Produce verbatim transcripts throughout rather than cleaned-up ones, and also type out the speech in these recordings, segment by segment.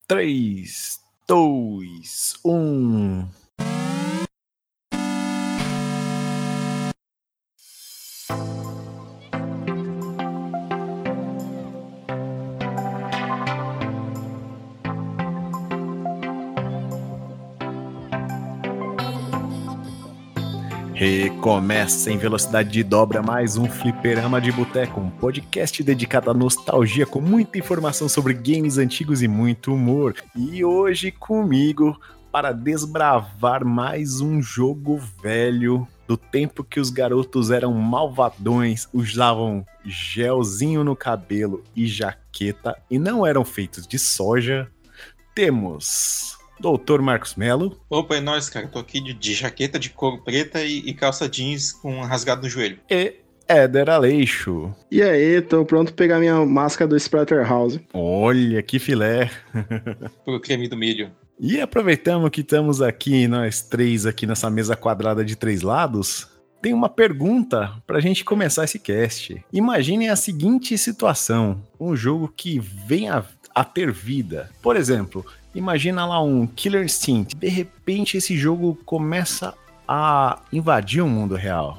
três, dois, um. Recomeça em velocidade de dobra mais um Fliperama de Boteco, um podcast dedicado à nostalgia com muita informação sobre games antigos e muito humor. E hoje comigo para desbravar mais um jogo velho do tempo que os garotos eram malvadões, usavam gelzinho no cabelo e jaqueta e não eram feitos de soja. Temos doutor Marcos Melo. Opa, é nóis, cara. Tô aqui de, de jaqueta de couro preta e, e calça jeans com rasgado no joelho. E Éder Aleixo. E aí, tô pronto pra pegar minha máscara do Splatterhouse. Olha, que filé. Pro creme do milho. E aproveitamos que estamos aqui, nós três aqui nessa mesa quadrada de três lados, tem uma pergunta pra gente começar esse cast. Imaginem a seguinte situação, um jogo que vem a, a ter vida. Por exemplo, imagina lá um Killer Instinct. De repente esse jogo começa a invadir o mundo real.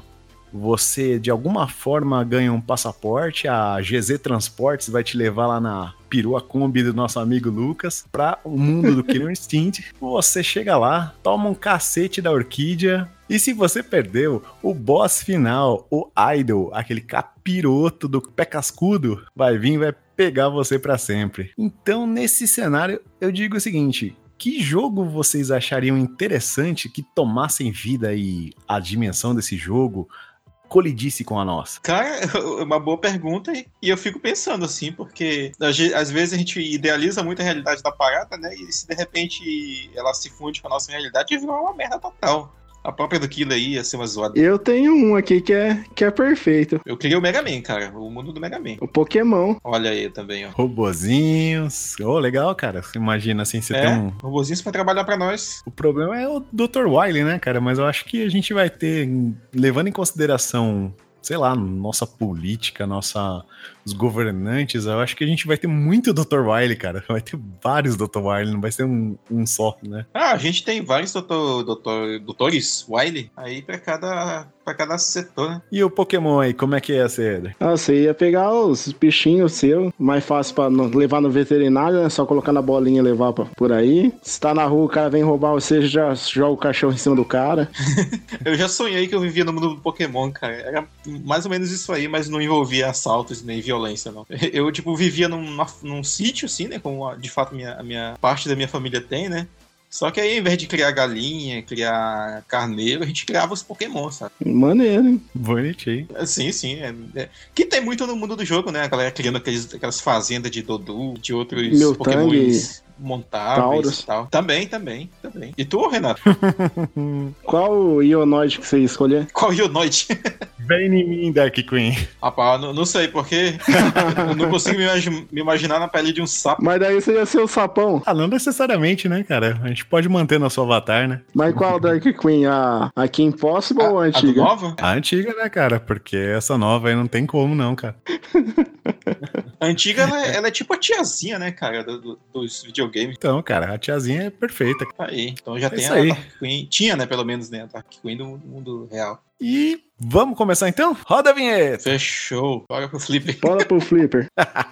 Você de alguma forma ganha um passaporte, a G Z Transportes vai te levar lá na perua Kombi do nosso amigo Lucas para o mundo do Killer Instinct. Você chega lá, toma um cacete da Orquídea e se você perdeu, o boss final, o Idol, aquele capiroto do pé cascudo, vai vir e vai pegar você para sempre. Então nesse cenário eu digo o seguinte: que jogo vocês achariam interessante que tomassem vida e a dimensão desse jogo colidisse com a nossa? Cara, é uma boa pergunta e eu fico pensando assim, porque às vezes a gente idealiza muito a realidade da parada, né? E se de repente ela se funde com a nossa realidade, vira uma merda total. A própria do Killer aí ia ser uma zoada. Eu tenho um aqui que é, que é perfeito. Eu queria o Mega Man, cara. O mundo do Mega Man. O Pokémon. Olha aí também, ó. Robozinhos. Oh, legal, cara. Você imagina assim, você é, tem um... robozinhos pra trabalhar pra nós. O problema é o doutor Wily, né, cara? Mas eu acho que a gente vai ter, levando em consideração, sei lá, nossa política, nossa... os governantes, eu acho que a gente vai ter muito doutor Wily, cara. Vai ter vários doutor Wily, não vai ser um, um só, né? Ah, a gente tem vários doutor, doutor, doutores Wily aí pra cada, pra cada setor, né? E o Pokémon aí, como é que ia ser? Ah, você ia pegar os bichinhos seus, mais fácil pra no, levar no veterinário, né? Só colocar na bolinha e levar pra, por aí. Se tá na rua, o cara vem roubar você, já joga o cachorro em cima do cara. Eu já sonhei que eu vivia no mundo do Pokémon, cara. Era mais ou menos isso aí, mas não envolvia assaltos nem violência, não. Eu, tipo, vivia num, num sítio, assim, né? Como de fato minha, a minha parte da minha família tem, né? Só que aí, ao invés de criar galinha, criar carneiro, a gente criava os Pokémon, sabe? Maneiro, hein? Bonitinho. Sim, sim. É, é. Que tem muito no mundo do jogo, né? A galera criando aqueles, aquelas fazendas de Dodu, de outros Meu Pokémons montáveis Taurus. e tal. Também, também, também. E tu, Renato? Qual o Ionoid que você ia escolher? Qual Ionoid? Vem em mim, Dark Queen. Rapaz, não, não sei, porque eu não consigo me, imagi- me imaginar na pele de um sapo. Mas daí você ia ser o sapão. Ah, não necessariamente, né, cara? A gente pode manter nosso avatar, né? Mas qual Dark Queen? A, a Kim Possible ou a A, a do antiga? nova? A antiga, né, cara? Porque essa nova aí não tem como, não, cara. A antiga, ela, é- ela é tipo a tiazinha, né, cara, do, do- dos videogames. Então, cara, a tiazinha é perfeita. Aí, então já É tem isso a aí. Dark Queen. Tinha, né, pelo menos, né, a Dark Queen do mundo real. E vamos começar então? Roda a vinheta! Fechou. Bora pro Flipper. Bora pro Flipper.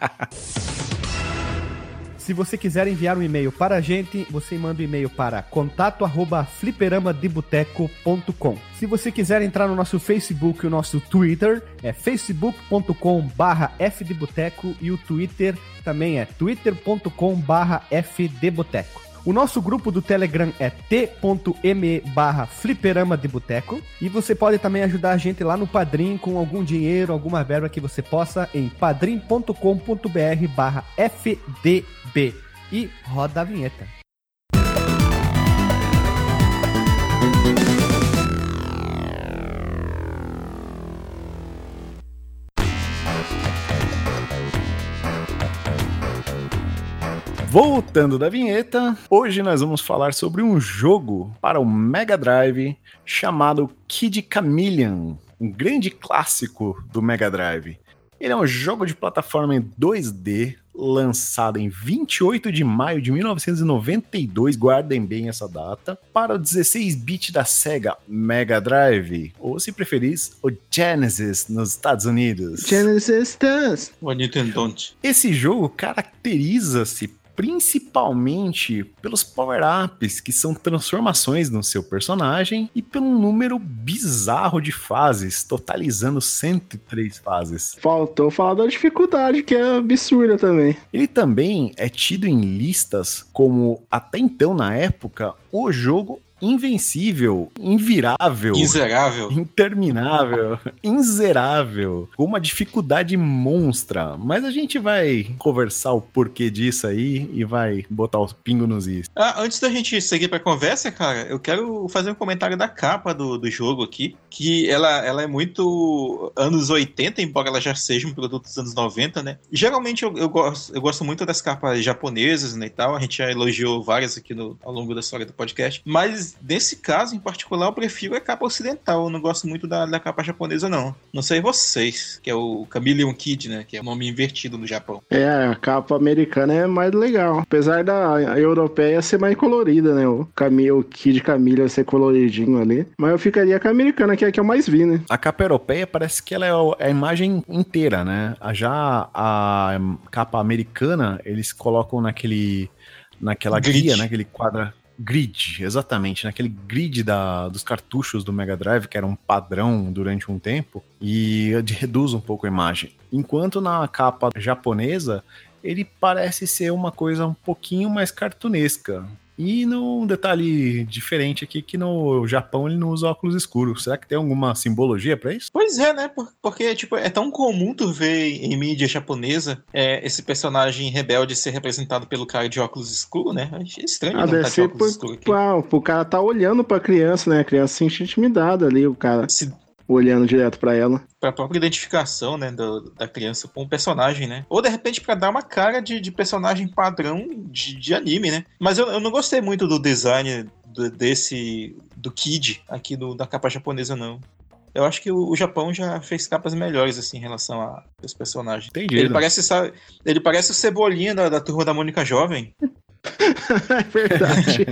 Se você quiser enviar um e-mail para a gente, você manda um e-mail para contato arroba fliperamadeboteco ponto com. Se você quiser entrar no nosso Facebook e o nosso Twitter, é facebook ponto com barra fdboteco e o Twitter também é twitter ponto com barra fdboteco. O nosso grupo do Telegram é t.me barra fliperama de boteco. E você pode também ajudar a gente lá no Padrim com algum dinheiro, alguma verba que você possa em padrim ponto com ponto br barra fdb. E roda a vinheta. Voltando da vinheta, hoje nós vamos falar sobre um jogo para o Mega Drive chamado Kid Chameleon, um grande clássico do Mega Drive. Ele é um jogo de plataforma em dois D, lançado em vinte e oito de maio de mil novecentos e noventa e dois, guardem bem essa data, para o dezesseis bit da Sega Mega Drive, ou se preferir, o Genesis nos Estados Unidos. Genesis Dance. O Nintendo. Esse jogo caracteriza-se principalmente pelos power-ups, que são transformações no seu personagem, e pelo número bizarro de fases, totalizando cento e três fases. Faltou falar da dificuldade, que é absurda também. Ele também é tido em listas como, até então na época, o jogo invencível, invirável, Inzerável. interminável, inzerável, com uma dificuldade monstra. Mas a gente vai conversar o porquê disso aí e vai botar os pingos nos is. Ah, antes da gente seguir pra conversa, cara, eu quero fazer um comentário da capa do, do jogo aqui, que ela, ela é muito anos oitenta, embora ela já seja um produto dos anos noventa, né? Geralmente eu, eu, gosto, eu gosto muito das capas japonesas, né, e tal, a gente já elogiou várias aqui no, ao longo da história do podcast, mas nesse caso em particular eu prefiro a capa ocidental, eu não gosto muito da, da capa japonesa não. Não sei vocês, que é o Chameleon Kid, né, que é o nome invertido no Japão. É, a capa americana é mais legal, apesar da europeia ser mais colorida, né, o, Camille, o Kid Camila ser coloridinho ali, mas eu ficaria com a americana, que é a que eu mais vi, né. A capa europeia parece que ela é a imagem inteira, né, já a capa americana eles colocam naquele naquela Grid. guia, naquele quadra grid, exatamente, naquele grid da, dos cartuchos do Mega Drive, que era um padrão durante um tempo, e reduz um pouco a imagem. Enquanto na capa japonesa, ele parece ser uma coisa um pouquinho mais cartunesca. E num detalhe diferente aqui, que no Japão ele não usa óculos escuros. Será que tem alguma simbologia pra isso? Pois é, né? Porque tipo, é tão comum tu ver em mídia japonesa é, esse personagem rebelde ser representado pelo cara de óculos escuros, né? É estranho Ah, não deve tá de ser óculos por, escuros aqui. pra, pro cara tá olhando pra criança, né, a criança se sente intimidada ali, o cara Se, olhando direto pra ela. pra própria identificação, né, do, da criança com o personagem, né? Ou de repente pra dar uma cara de, de personagem padrão de, de anime, né? Mas eu, eu não gostei muito do design do, desse do Kid aqui do, da capa japonesa, não. Eu acho que o, o Japão já fez capas melhores, assim, em relação a esse personagem. Entendi. Ele parece, sabe, ele parece o Cebolinha da, da Turma da Mônica Jovem. É verdade.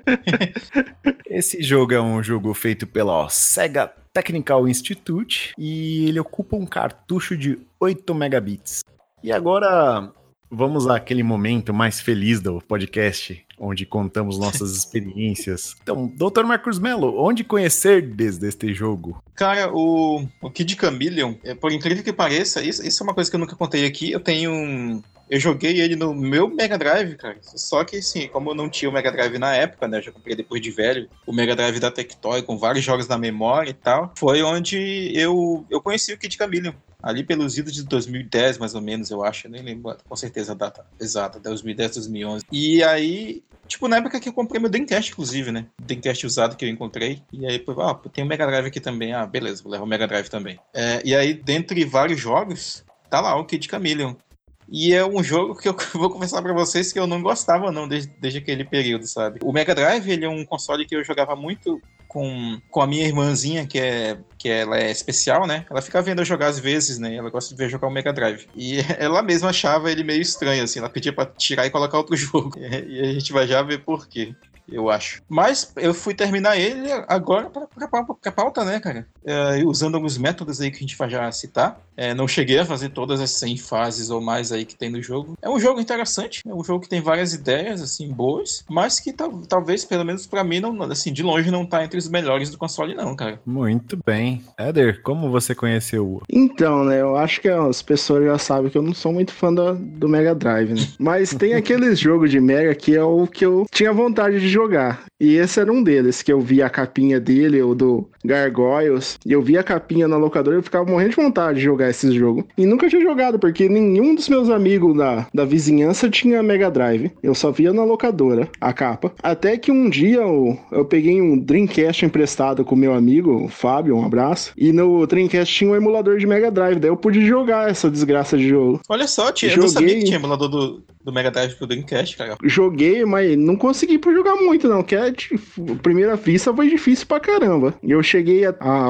Esse jogo é um jogo feito pela Sega Technical Institute e ele ocupa um cartucho de oito megabits. E agora vamos àquele momento mais feliz do podcast, onde contamos nossas experiências. Então, doutor Marcos Mello, onde conhecer desde este jogo? Cara, o, o Kid Chameleon, é, por incrível que pareça, isso, isso é uma coisa que eu nunca contei aqui, eu tenho um... Eu joguei ele no meu Mega Drive, cara. Só que, assim, como eu não tinha o Mega Drive na época, né? Eu já comprei depois de velho. O Mega Drive da Tectoy, com vários jogos na memória e tal. Foi onde eu, eu conheci o Kid Chameleon. Ali pelos idos de dois mil e dez, mais ou menos, eu acho. Eu nem lembro com certeza a data exata. dois mil e dez, dois mil e onze. E aí... Tipo, na época que eu comprei meu Dreamcast, inclusive, né? Dreamcast usado que eu encontrei. E aí, pô, ah, tem o Mega Drive aqui também. Ah, beleza, vou levar o Mega Drive também. É, e aí, dentre vários jogos, tá lá o Kid Chameleon. E é um jogo que eu vou confessar pra vocês que eu não gostava não desde, desde aquele período, sabe? O Mega Drive, ele é um console que eu jogava muito com, com a minha irmãzinha, que, é, que ela é especial, né? Ela fica vendo eu jogar às vezes, né? Ela gosta de ver jogar o Mega Drive. E ela mesma achava ele meio estranho, assim. Ela pedia pra tirar e colocar outro jogo. E a gente vai já ver por quê. Eu acho. Mas eu fui terminar ele agora pra, pra, pra, pra pauta, né, cara? É, usando alguns métodos aí que a gente vai já citar. É, não cheguei a fazer todas as cem fases ou mais aí que tem no jogo. É um jogo interessante. É um jogo que tem várias ideias, assim, boas. Mas que tal, talvez, pelo menos pra mim, não, assim, de longe não tá entre os melhores do console, não, cara. Muito bem. Éder, como você conheceu o... Então, né, eu acho que as pessoas já sabem que eu não sou muito fã do, do Mega Drive, né? Mas tem aqueles jogos de Mega que é o que eu tinha vontade de jogar. E esse era um deles, que eu vi a capinha dele, o do Gargoyles, e eu vi a capinha na locadora e eu ficava morrendo de vontade de jogar esse jogo. E nunca tinha jogado, porque nenhum dos meus amigos da, da vizinhança tinha Mega Drive. Eu só via na locadora a capa. Até que um dia eu, eu peguei um Dreamcast emprestado com meu amigo, o Fábio, um abraço, e no Dreamcast tinha um emulador de Mega Drive, daí eu pude jogar essa desgraça de jogo. Olha só, tia, eu Joguei... não sabia que tinha emulador do, do Mega Drive pro Dreamcast, cara. Joguei, mas não consegui por jogar muito, não, que é, tipo, primeira vista foi difícil pra caramba. E eu cheguei a, a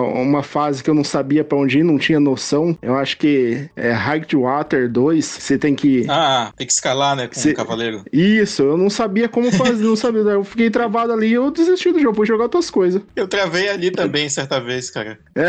uma fase que eu não sabia pra onde ir, não tinha noção. Eu acho que é Hike Water dois, você tem que... Ah, tem que escalar, né, com Cê... o cavaleiro. Isso, eu não sabia como fazer, não sabia. Eu fiquei travado ali e eu desisti do jogo, fui jogar outras coisas. Eu travei ali também, certa vez, cara. É,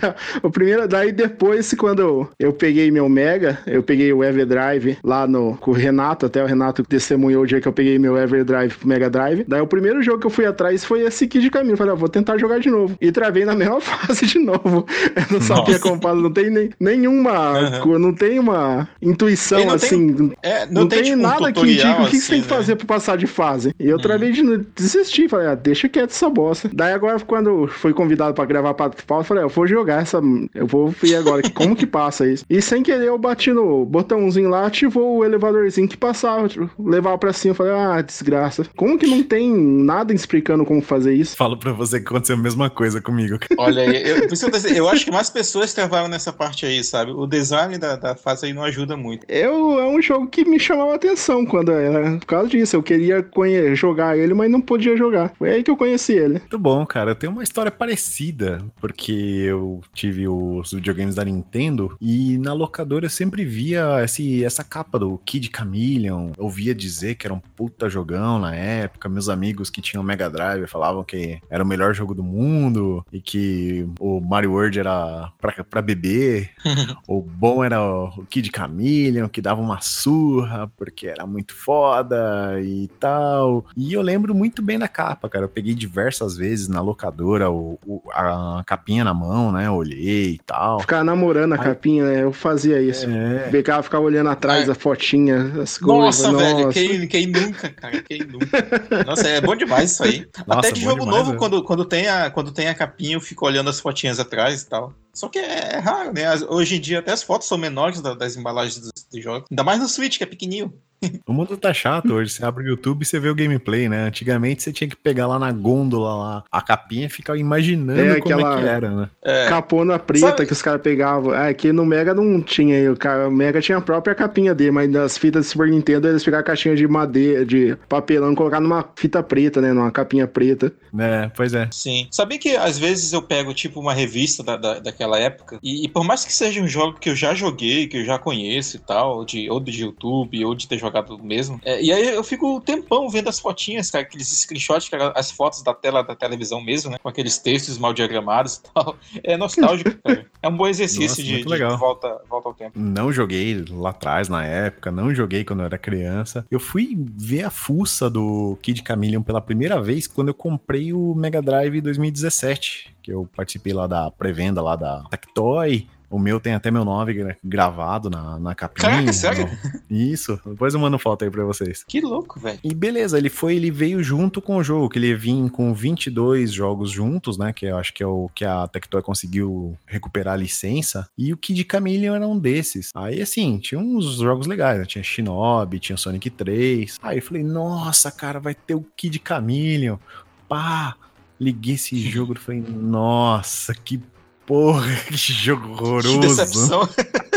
o primeiro, daí depois, quando eu, eu peguei meu Mega, eu peguei o Everdrive lá no, com o Renato, até o Renato testemunhou o dia que eu peguei meu Everdrive pro Mega Drive. Daí o primeiro jogo que eu fui atrás foi esse Kid Camilo. Eu falei, ah, vou tentar jogar de novo. E travei na mesma fase de novo. Eu não sabia Nossa. como fazer, não tem nem, nenhuma, uhum. não tem uma intuição não assim. Tem, é, não, não tem, tem tipo, nada um que indica o que, assim, que você tem que né? fazer pra passar de fase. E eu hum. travei de desistir. Falei, ah, deixa quieto essa bosta. Daí agora, quando fui convidado pra gravar pra pauta, eu falei, ah, eu vou jogar essa. Eu vou ver agora que, como que passa isso. E sem querer, eu bati no botãozinho lá, ativou o elevadorzinho que passava, tipo, levava pra cima. Eu falei, ah, desgraça. Como que não tem nada explicando como fazer isso? Falo pra você que aconteceu a mesma coisa comigo. Olha aí, eu, eu, eu acho que mais pessoas travaram nessa parte aí, sabe? O design da, da fase aí não ajuda muito. Eu, é um jogo que me chamava a atenção quando era por causa disso. Eu queria conhe- jogar ele, mas não podia jogar. Foi aí que eu conheci ele. Muito bom, cara. Eu tenho uma história parecida, porque eu tive os videogames da Nintendo e na locadora eu sempre via esse, essa capa do Kid Chameleon. Eu ouvia dizer que era um puta jogão na época. Meus amigos que tinham Mega Drive falavam que era o melhor jogo do mundo e que o Mario World era pra, pra bebê. O bom era o Kid Chameleon, que dava uma surra porque era muito foda e tal. E eu lembro muito bem da capa, cara. Eu peguei diversas vezes na locadora o, o, a capinha na mão, né? Olhei e tal. Ficar namorando a Ai, capinha, né? Eu fazia isso. É. Pegava, ficava olhando atrás é. a fotinha, as coisas. Nossa, velho, quem, quem nunca, cara? Quem nunca? Nossa, é bom demais isso aí. Nossa, até de jogo demais, novo, né? quando, quando, tem a, quando tem a capinha, eu fico olhando as fotinhas atrás e tal. Só que é, é raro, né? Hoje em dia até as fotos são menores da, das embalagens dos, dos jogos. Ainda mais no Switch, que é pequenininho. O mundo tá chato hoje, você abre o YouTube e você vê o gameplay, né? Antigamente você tinha que pegar lá na gôndola lá, a capinha e ficar imaginando é, como é que era, né? É. Capona preta Sabe? que os caras pegavam. É, aqui no Mega não tinha, o Mega tinha a própria capinha dele, mas nas fitas do Super Nintendo eles pegavam a caixinha de madeira, de papelão e colocavam numa fita preta, né? Numa capinha preta. É, pois é. Sim. Sabia que às vezes eu pego tipo uma revista da, da, daquela época e, e por mais que seja um jogo que eu já joguei, que eu já conheço e tal, de, ou de YouTube, ou de ter jogado mesmo. É, e aí eu fico um tempão vendo as fotinhas, cara, aqueles screenshots, cara, as fotos da tela da televisão mesmo, né? Com aqueles textos mal diagramados e tal. É nostálgico, cara. É um bom exercício. Nossa, de, de, de volta, volta ao tempo. Não joguei lá atrás, na época, não joguei quando eu era criança. Eu fui ver a fuça do Kid Chameleon pela primeira vez quando eu comprei o Mega Drive dois mil e dezessete, que eu participei lá da pré-venda lá da Tectoy. O meu tem até meu nome gravado na, na capinha. Caraca, sério? Isso. Depois eu mando foto aí pra vocês. Que louco, velho. E beleza, ele foi, ele veio junto com o jogo, que ele vinha com vinte e dois jogos juntos, né? Que eu acho que é o que a Tectoy conseguiu recuperar a licença. E o Kid Chameleon era um desses. Aí, assim, tinha uns jogos legais, né? Tinha Shinobi, tinha Sonic três. Aí eu falei, nossa, cara, vai ter o Kid Chameleon. Pá! Liguei esse jogo e falei, nossa, que porra, que jogo horroroso. Que decepção.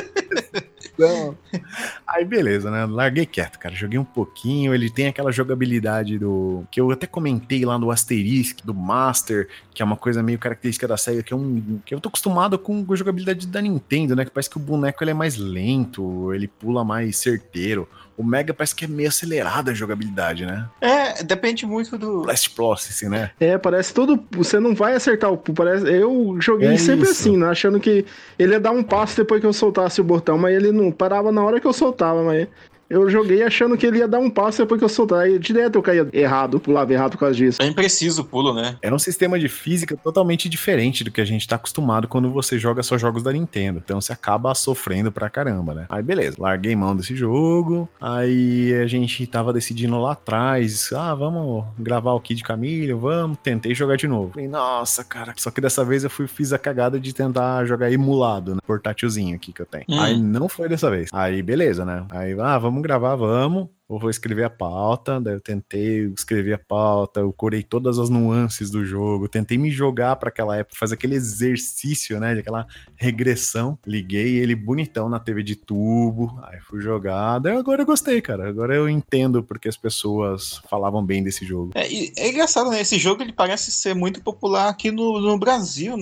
Então, aí beleza, né? Larguei quieto, cara. Joguei um pouquinho. Ele tem aquela jogabilidade do... que eu até comentei lá no Asterisk, do Master, que é uma coisa meio característica da SEGA, que, é um... que eu tô acostumado com a jogabilidade da Nintendo, né? Que parece que o boneco ele é mais lento, ele pula mais certeiro. O Mega parece que é meio acelerada a jogabilidade, né? É, depende muito do... Blast Process, né? É, parece todo... Você não vai acertar o... Parece... Eu joguei é sempre isso. assim, né? Achando que ele ia dar um passo depois que eu soltasse o botão, mas ele não parava na hora que eu soltava, mas... Eu joguei achando que ele ia dar um passo depois que eu soltar. Aí direto eu caía errado, pulava errado por causa disso. É impreciso o pulo, né? Era um sistema de física totalmente diferente do que a gente tá acostumado quando você joga só jogos da Nintendo. Então você acaba sofrendo pra caramba, né? Aí beleza, larguei mão desse jogo. Aí a gente tava decidindo lá atrás. Ah, vamos gravar o Kid Chameleon, vamos. Tentei jogar de novo. Falei, nossa, cara. Só que dessa vez eu fui, fiz a cagada de tentar jogar emulado, né? Portátilzinho aqui que eu tenho. Hum. Aí não foi dessa vez. Aí beleza, né? Aí, ah, vamos gravar, vamos, eu vou escrever a pauta, daí eu tentei escrever a pauta, eu curei todas as nuances do jogo, tentei me jogar pra aquela época, fazer aquele exercício, né, de aquela regressão, liguei ele bonitão na T V de tubo, aí fui jogar, daí agora eu gostei, cara, agora eu entendo porque as pessoas falavam bem desse jogo. É, é engraçado, né, esse jogo ele parece ser muito popular aqui no, no Brasil, né?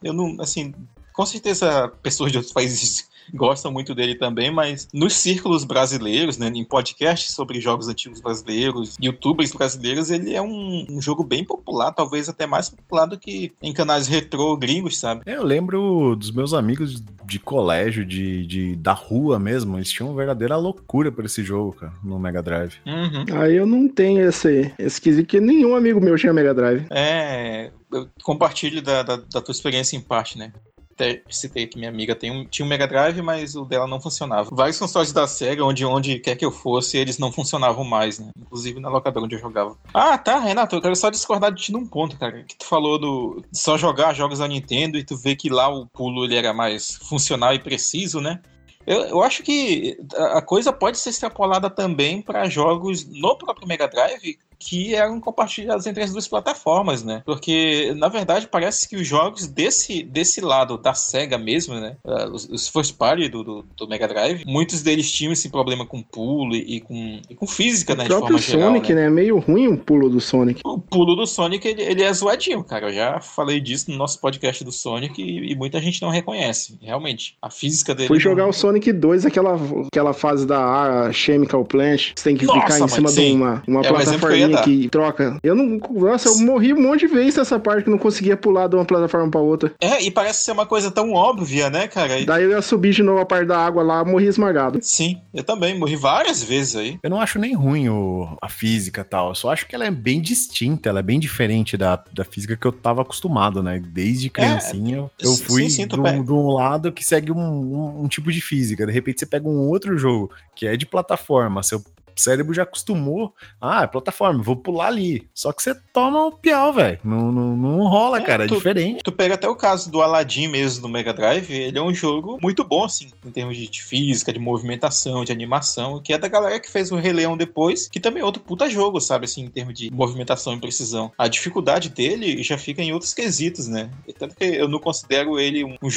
Eu não, assim, com certeza pessoas de outros países gostam muito dele também, mas nos círculos brasileiros, né, em podcasts sobre jogos antigos brasileiros, youtubers brasileiros, ele é um, um jogo bem popular, talvez até mais popular do que em canais retrô gringos, sabe? Eu lembro dos meus amigos de colégio, de, de, da rua mesmo, eles tinham uma verdadeira loucura por esse jogo, cara, no Mega Drive. Uhum. Aí eu não tenho esse, esse quesito, que nenhum amigo meu tinha Mega Drive. É, eu compartilho da, da, da tua experiência em parte, né? Até citei que minha amiga tem um, tinha um Mega Drive, mas o dela não funcionava. Vários consoles da Sega, onde, onde quer que eu fosse, eles não funcionavam mais, né? Inclusive na locadora onde eu jogava. Ah, tá, Renato, eu quero só discordar de ti num ponto, cara. Que tu falou do só jogar jogos da Nintendo e tu vê que lá o pulo ele era mais funcional e preciso, né? Eu, eu acho que a coisa pode ser extrapolada também para jogos no próprio Mega Drive que eram compartilhados entre as duas plataformas, né? Porque, na verdade, parece que os jogos desse, desse lado da SEGA mesmo, né? Os, os first party do, do, do Mega Drive, muitos deles tinham esse problema com pulo e, e, com, e com física, o né? De forma Sonic, geral, né? É meio ruim o pulo do Sonic. O pulo do Sonic, ele, ele é zoadinho, cara. Eu já falei disso no nosso podcast do Sonic e, e muita gente não reconhece. Realmente, a física dele... Fui jogar não... o Sonic dois, aquela, aquela fase da Chemical Plant, você tem que Nossa, ficar em cima sim. de uma, uma É o exemplo que eu ia plataforminha dar. que troca. Eu não... Nossa, eu morri um monte de vezes nessa parte que não conseguia pular de uma plataforma pra outra. É, e parece ser uma coisa tão óbvia, né, cara? E... Daí eu ia subir de novo a parte da água lá, morri esmagado. Sim, eu também morri várias vezes aí. Eu não acho nem ruim o, a física e tal, eu só acho que ela é bem distinta, ela é bem diferente da, da física que eu tava acostumado, né? Desde criancinha eu, eu fui sim, sim, de, um, de um lado que segue um, um, um tipo de física, de repente você pega um outro jogo que é de plataforma, seu cérebro já acostumou, ah, é plataforma, vou pular ali. Só que você toma um piau, velho. Não, não, não rola, é, cara, é tu, diferente. Tu pega até o caso do Aladdin mesmo no Mega Drive, ele é um jogo muito bom, assim, em termos de, de física, de movimentação, de animação, que é da galera que fez o Rei Leão depois, que também é outro puta jogo, sabe, assim, em termos de movimentação e precisão. A dificuldade dele já fica em outros quesitos, né? Tanto que eu não considero ele um, um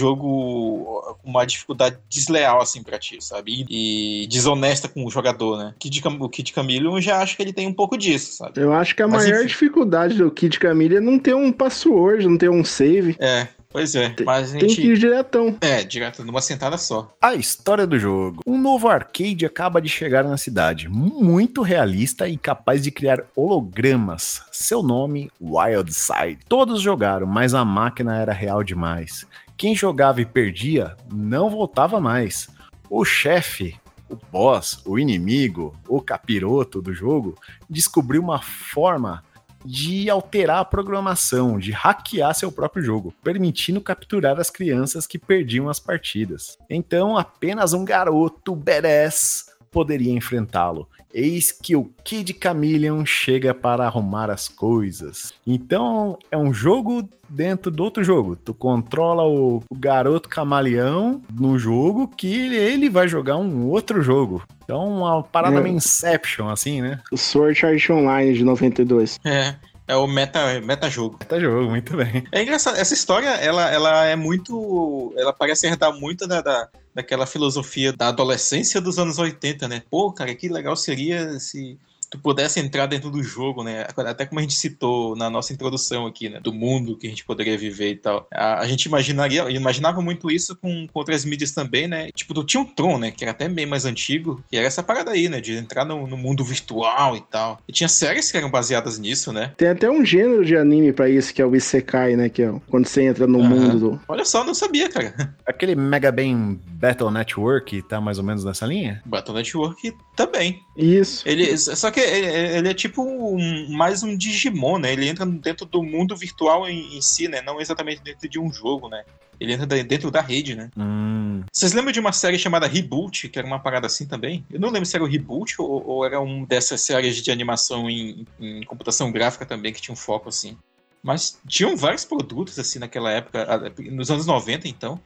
jogo com uma dificuldade desleal, assim, pra ti, sabe? E, e desonesta com o jogador, né? Que de o Kid Chameleon, eu já acho que ele tem um pouco disso, sabe? Eu acho que a Mas, maior enfim. dificuldade do Kid Chameleon é não ter um password, não ter um save. É, pois é. Tem, mas a gente... tem que ir diretão. É, direto, numa sentada só. A história do jogo. Um novo arcade acaba de chegar na cidade, muito realista e capaz de criar hologramas. Seu nome, Wildside. Todos jogaram, mas a máquina era real demais. Quem jogava e perdia, não voltava mais. O chefe... O boss, o inimigo, o capiroto do jogo, descobriu uma forma de alterar a programação, de hackear seu próprio jogo, permitindo capturar as crianças que perdiam as partidas. Então, apenas um garoto badass poderia enfrentá-lo. Eis que o Kid Chameleon chega para arrumar as coisas. Então, é um jogo dentro do outro jogo. Tu controla o, o garoto camaleão no jogo que ele, ele vai jogar um outro jogo. Então, uma parada É. meio Inception, assim, né? O Sword Art Online de noventa e dois. É. É o meta, meta jogo. Tá jogo, muito bem. É engraçado, essa história, ela, ela é muito... Ela parece herdar muito da, da, daquela filosofia da adolescência dos anos oitenta, né? Pô, cara, que legal seria se tu pudesse entrar dentro do jogo, né? Até como a gente citou na nossa introdução aqui, né? Do mundo que a gente poderia viver e tal. A, a gente imaginaria, imaginava muito isso com, com outras mídias também, né? Tipo, tu tinha um Tron, né? Que era até bem mais antigo. E era essa parada aí, né? De entrar no, no mundo virtual e tal. E tinha séries que eram baseadas nisso, né? Tem até um gênero de anime pra isso, que é o Isekai, né? Que é quando você entra no Aham. mundo do... Olha só, não sabia, cara. Aquele Mega Man Battle Network tá mais ou menos nessa linha? Battle Network também. Isso. Ele, só que ele, ele é tipo um, mais um Digimon, né? Ele entra dentro do mundo virtual em, em si, né? Não exatamente dentro de um jogo, né? Ele entra dentro da rede, né? Hum. Vocês lembram de uma série chamada Reboot, que era uma parada assim também? Eu não lembro se era o Reboot ou, ou era um dessas séries de animação em, em computação gráfica também, que tinha um foco assim. Mas tinham vários produtos assim naquela época, nos anos noventa então.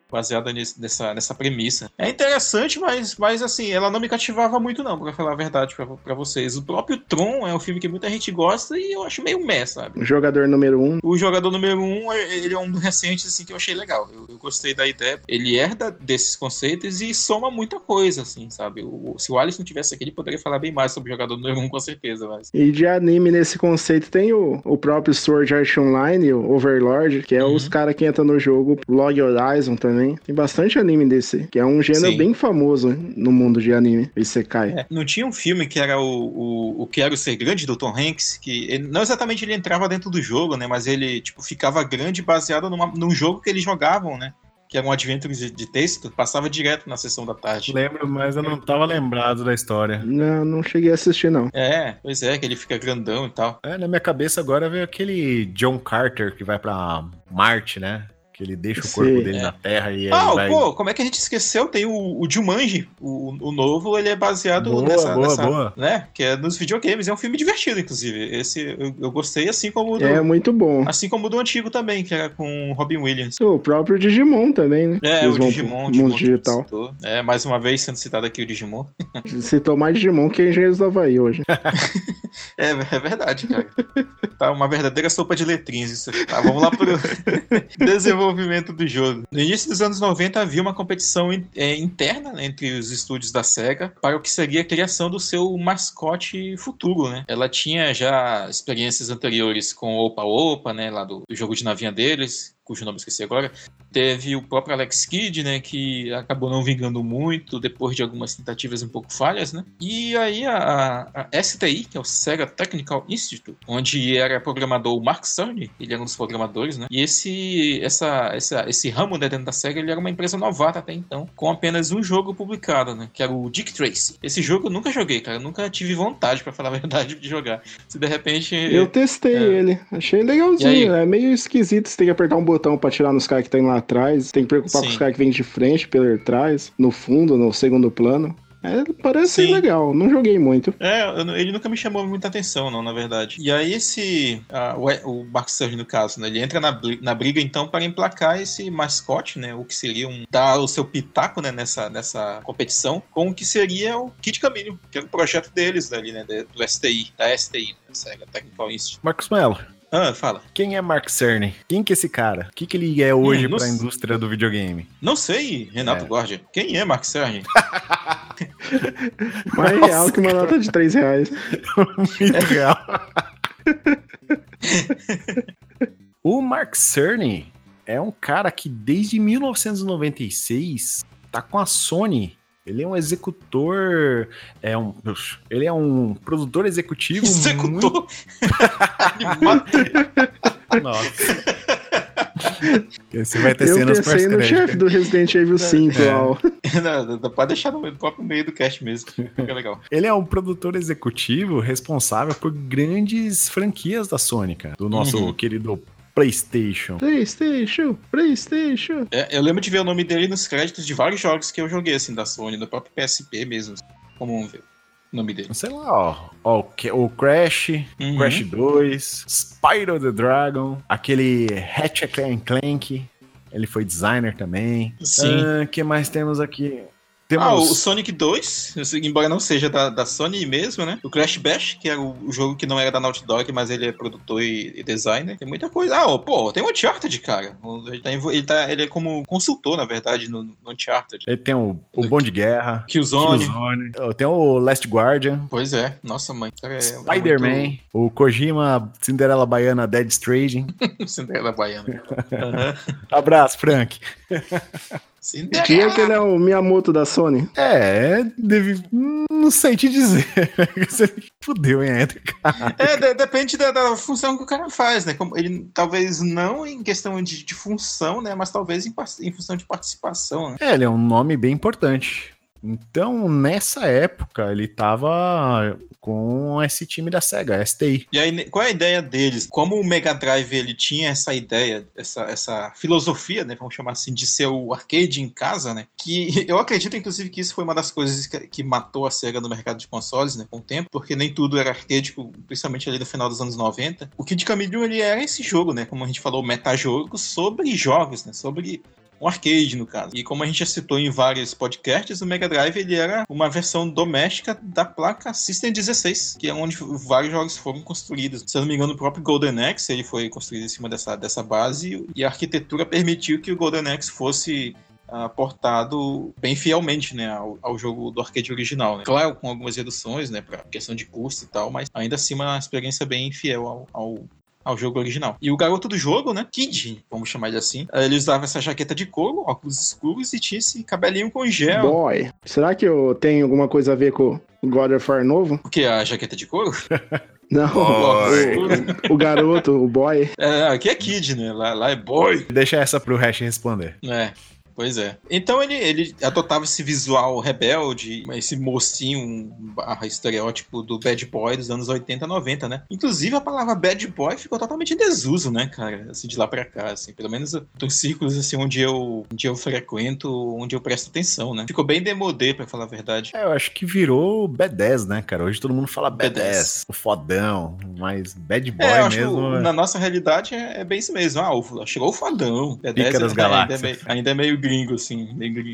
baseada nesse, nessa, nessa premissa. É interessante, mas, mas assim, ela não me cativava muito não, pra falar a verdade pra, pra vocês. O próprio Tron é um filme que muita gente gosta e eu acho meio meh, sabe? O jogador número um. O jogador número um, ele é um dos recentes, assim, que eu achei legal. Eu, eu gostei da ideia. Ele herda desses conceitos e soma muita coisa, assim, sabe? O, se o Alisson tivesse aqui, ele poderia falar bem mais sobre o jogador número um, com certeza, mas... E de anime nesse conceito tem o, o próprio Sword Art Online, o Overlord, que é uhum. os caras que entram no jogo, Log Horizon também. Tem bastante anime desse, que é um gênero Sim. bem famoso no mundo de anime, Isekai. É, não tinha um filme que era o, o, o Quero Ser Grande, do Tom Hanks, que ele, não exatamente ele entrava dentro do jogo, né, mas ele, tipo, ficava grande baseado numa, num jogo que eles jogavam, né, que era um adventure de, de texto, passava direto na sessão da tarde. Lembro, mas eu não tava lembrado da história. Não, não cheguei a assistir, não. É, pois é, que ele fica grandão e tal. É, na minha cabeça agora veio aquele John Carter que vai pra Marte, né? Que ele deixa o corpo Sim, dele é. na Terra e ah, aí vai... pô, como é que a gente esqueceu? Tem o, o Jumanji, o, o novo, ele é baseado boa, nessa... Boa, nessa, boa. Né? Que é nos videogames, é um filme divertido, inclusive. Esse eu, eu gostei, assim como o do... É, muito bom. Assim como o do antigo também, que era com Robin Williams. O próprio Digimon também, né? É, Eles o Digimon. Mundo Digimon digital. Citou. É, mais uma vez sendo citado aqui o Digimon. Citou mais Digimon que Engenheiros do Havaí hoje. é, é verdade, cara. Tá uma verdadeira sopa de letrinhas isso aqui. Tá, vamos lá pro desenvolvimento do jogo. No início dos anos noventa havia uma competição é, interna, né, entre os estúdios da SEGA para o que seria a criação do seu mascote futuro, né? Ela tinha já experiências anteriores com o Opa Opa, né, lá do, do jogo de navinha deles, cujo nome eu esqueci agora. Teve o próprio Alex Kidd, né, que acabou não vingando muito depois de algumas tentativas um pouco falhas, né? E aí a, a S T I, que é o Sega Technical Institute, onde era programador o Mark Cerny, ele era um dos programadores, né? E esse, essa, essa, esse ramo, né, dentro da SEGA, ele era uma empresa novata até então, com apenas um jogo publicado, né, que era o Dick Tracy. Esse jogo eu nunca joguei, cara, eu nunca tive vontade, pra falar a verdade, de jogar. Se de repente... Eu testei é... ele, achei legalzinho, é meio esquisito, você tem que apertar um botão pra atirar nos caras que tem lá atrás, tem que preocupar Sim. com os caras que vêm de frente, pelo trás, no fundo, no segundo plano. É, parece Sim. legal, não joguei muito. É, ele nunca me chamou muita atenção, não, na verdade. E aí esse, uh, o, o Mark Cerny, no caso, né, ele entra na, na briga, então, para emplacar esse mascote, né, o que seria um, dar o seu pitaco, né, nessa, nessa competição, com o que seria o Kid Camino, que era o projeto deles, ali, né, do S T I, da S T I, da Sega Technical Institute. Marcos Mello. Ah, fala. Quem é Mark Cerny? Quem que é esse cara? O que, que ele é hoje hum, para a indústria do videogame? Não sei, Renato é. Gordia. Quem é Mark Cerny? Mais Nossa, real que uma cara. nota de três reais. Muito real. O Mark Cerny é um cara que desde mil novecentos e noventa e seis tá com a Sony. Ele é um executor, é um, ele é um produtor executivo. Executor? Muito... Nossa. Você vai ter Eu cenas pensei no chefe do Resident Evil cinco. É. Não, não, pode deixar no próprio meio do cast mesmo. Fica legal. Ele é um produtor executivo responsável por grandes franquias da Sony, cara. Do nosso uhum. querido PlayStation. PlayStation, PlayStation. É, eu lembro de ver o nome dele nos créditos de vários jogos que eu joguei, assim, da Sony, do próprio P S P mesmo. Como vamos ver o nome dele? Sei lá, ó. ó o Crash, uhum. Crash dois, Spyro the Dragon, aquele Ratchet and Clank. Ele foi designer também. Sim. O ah, que mais temos aqui? Temos... Ah, o Sonic dois, embora não seja da, da Sony mesmo, né? O Crash Bash, que era o, o jogo que não era da Naughty Dog, mas ele é produtor e, e designer. Tem muita coisa. Ah, pô, tem o Uncharted, cara. Ele, tá, ele, tá, ele é como consultor, na verdade, no, no Uncharted. Ele tem o, o Bom de Guerra. Killzone. Killzone. Tem o Last Guardian. Pois é. Nossa, mãe. É, Spider-Man. É muito... O Kojima, Cinderela Baiana, Dead Stranding. Cinderela Baiana. Uhum. Abraço, Frank. Tinha que ele é o Miyamoto da Sony. É, deve... não sei te dizer. Você fudeu, hein, Edgar? É, de, depende da, da função que o cara faz, né? Como ele, talvez não em questão de, de função, né? Mas talvez em, em função de participação. Né? É, ele é um nome bem importante. Então, nessa época, ele tava com esse time da SEGA, S T I. E aí, qual é a ideia deles? Como o Mega Drive, ele tinha essa ideia, essa, essa filosofia, né, vamos chamar assim, de ser o arcade em casa, né, que eu acredito, inclusive, que isso foi uma das coisas que, que matou a SEGA no mercado de consoles, né, com o tempo, porque nem tudo era arcade, principalmente ali no final dos anos noventa. O Kid Camino, ele era esse jogo, né, como a gente falou, metajogo sobre jogos, né, sobre um arcade, no caso. E como a gente já citou em vários podcasts, o Mega Drive ele era uma versão doméstica da placa System dezesseis, que é onde vários jogos foram construídos. Se eu não me engano, o próprio Golden Axe ele foi construído em cima dessa, dessa base, e a arquitetura permitiu que o Golden Axe fosse Uh, portado bem fielmente, né, ao, ao jogo do arcade original, né? Claro, com algumas reduções, né, pra questão de custo e tal, mas ainda assim uma experiência bem fiel ao, ao, ao jogo original. E o garoto do jogo, né, Kid, vamos chamar ele assim, ele usava essa jaqueta de couro, óculos escuros e tinha esse cabelinho com gel. Boy, será que eu tenho alguma coisa a ver com o God of War novo? O que, a jaqueta de couro? Não, o, o garoto, o boy. É, aqui é Kid, né, lá, lá é boy. Deixa essa pro Hash responder. É. Pois é. Então ele, ele adotava esse visual rebelde, esse mocinho barra estereótipo do bad boy dos anos oitenta, noventa, né? Inclusive a palavra bad boy ficou totalmente em desuso, né, cara? Assim, de lá pra cá, assim. Pelo menos dos círculos, assim, onde eu, onde eu frequento, onde eu presto atenção, né? Ficou bem demodê, pra falar a verdade. É, eu acho que virou B dez, né, cara? Hoje todo mundo fala B dez, B dez. o fodão, mas bad boy é, eu acho mesmo... Que, na nossa realidade é, é bem isso mesmo. Ah, o, chegou o fodão. B dez Pica das é, galáxias. Ainda é meio, ainda é meio gringo, assim,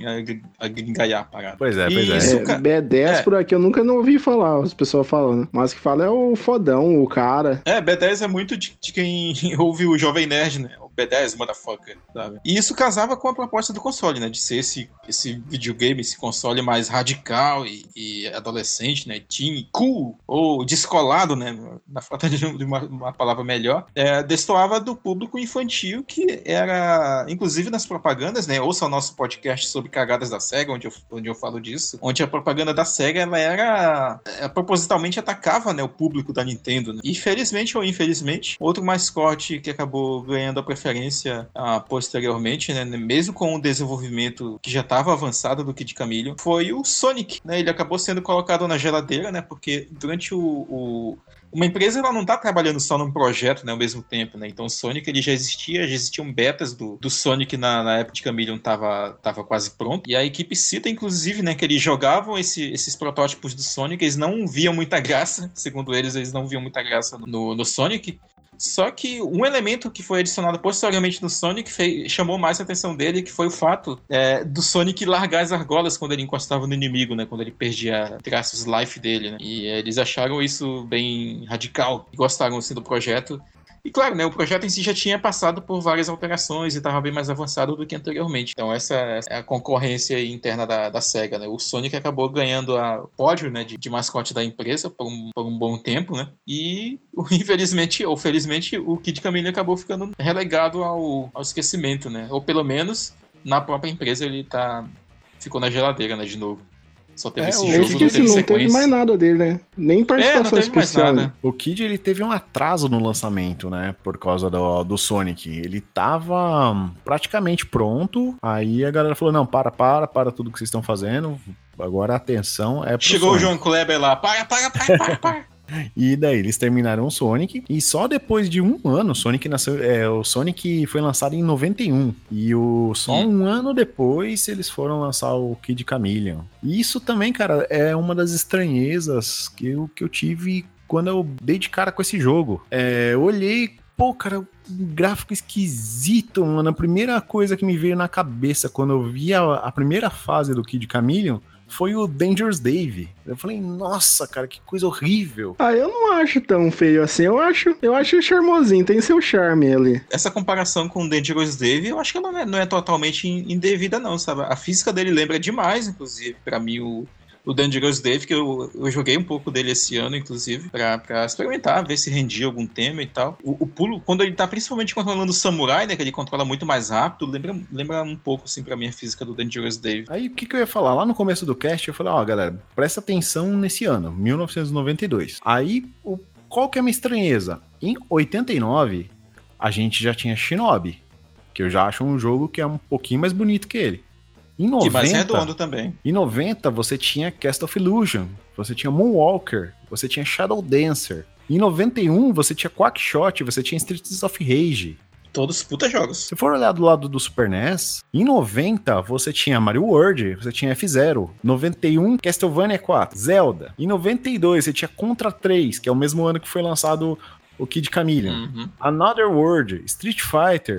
a gringaiar a parada. Pois é, pois Isso, é. é B dez é. Por aqui eu nunca não ouvi falar, as pessoas falando. Mas que fala é o fodão, o cara. É, B dez é muito de, de quem ouve o Jovem Nerd, né? O B dez, motherfucker, sabe? E isso casava com a proposta do console, né? De ser esse, esse videogame, esse console mais radical e, e adolescente, né? Teen, cool, ou descolado, né? Na falta de uma, uma palavra melhor. É, destoava do público infantil que era, inclusive nas propagandas, né? Ouça o nosso podcast sobre cagadas da SEGA, onde eu, onde eu falo disso, onde a propaganda da SEGA, ela era, ela propositalmente atacava, né, o público da Nintendo, né? E felizmente ou infelizmente, outro mascote que acabou ganhando a preferência ah, posteriormente, né, mesmo com o desenvolvimento que já estava avançado do Kid Chameleon, foi o Sonic, né? Ele acabou sendo colocado na geladeira, né, porque durante o, o uma empresa ela não está trabalhando só num projeto, né, ao mesmo tempo, né? Então o Sonic ele já existia, já existiam betas do, do Sonic na, na época de Chameleon tava, tava quase pronto. E a equipe cita, inclusive, né, que eles jogavam esse, esses protótipos do Sonic, eles não viam muita graça, segundo eles, eles não viam muita graça no, no Sonic. Só que um elemento que foi adicionado posteriormente no Sonic fez, chamou mais a atenção dele, que foi o fato é, do Sonic largar as argolas quando ele encostava no inimigo, né? Quando ele perdia traços life dele, né? E é, eles acharam isso bem radical e gostaram assim, do projeto. E claro, né, o projeto em si já tinha passado por várias alterações e estava bem mais avançado do que anteriormente. Então essa é a concorrência interna da, da SEGA, né? O Sonic acabou ganhando a pódio, né, de, de mascote da empresa por um, por um bom tempo, né? E infelizmente ou felizmente o Kid Chameleon acabou ficando relegado ao, ao esquecimento, né? Ou pelo menos na própria empresa ele tá, ficou na geladeira, né, de novo. Só teve é, esse eu jogo, esqueci, não teve não sequência. teve mais nada dele, né? Nem participação é, não teve especial. Mais nada. O Kid, ele teve um atraso no lançamento, né? Por causa do, do Sonic. Ele tava praticamente pronto. Aí a galera falou, não, para, para, para tudo que vocês estão fazendo. Agora a atenção é pro Chegou Sonic. O João Kleber lá, para, para, para, para, para. E daí eles terminaram o Sonic, e só depois de um ano, o Sonic nasceu, é, o Sonic foi lançado em noventa e um, e o, só hum. um ano depois eles foram lançar o Kid Chameleon. E isso também, cara, é uma das estranhezas que eu, que eu tive quando eu dei de cara com esse jogo. É, eu olhei, pô, cara, um gráfico esquisito, mano. A primeira coisa que me veio na cabeça quando eu vi a, a primeira fase do Kid Chameleon foi o Dangerous Dave. Eu falei, nossa, cara, que coisa horrível. Ah, eu não acho tão feio assim. Eu acho, eu acho charmosinho, tem seu charme ali. Essa comparação com o Dangerous Dave, eu acho que não é, não é totalmente indevida, não, sabe? A física dele lembra demais, inclusive, pra mim, o... O Dangerous Dave, que eu, eu joguei um pouco dele esse ano, inclusive, pra, pra experimentar, ver se rendia algum tema e tal. O, o pulo, quando ele tá principalmente controlando o samurai, né, que ele controla muito mais rápido, lembra, lembra um pouco, assim, pra mim, a física do Dangerous Dave. Aí, o que que eu ia falar? Lá no começo do cast, eu falei, ó, oh, galera, presta atenção nesse ano, mil novecentos e noventa e dois. Aí, o, qual que é a minha estranheza? Em oitenta e nove, a gente já tinha Shinobi, que eu já acho um jogo que é um pouquinho mais bonito que ele. Em noventa, que mais redondo também. Em noventa, você tinha Cast of Illusion, você tinha Moonwalker, você tinha Shadow Dancer. Em noventa e um, você tinha Quackshot, você tinha Streets of Rage. Todos puta jogos. Se for olhar do lado do Super N E S, em noventa, você tinha Mario World, você tinha F-Zero. noventa e um, Castlevania quatro, Zelda. Em noventa e dois, você tinha Contra três, que é o mesmo ano que foi lançado o Kid Chameleon. Uhum. Another World, Street Fighter,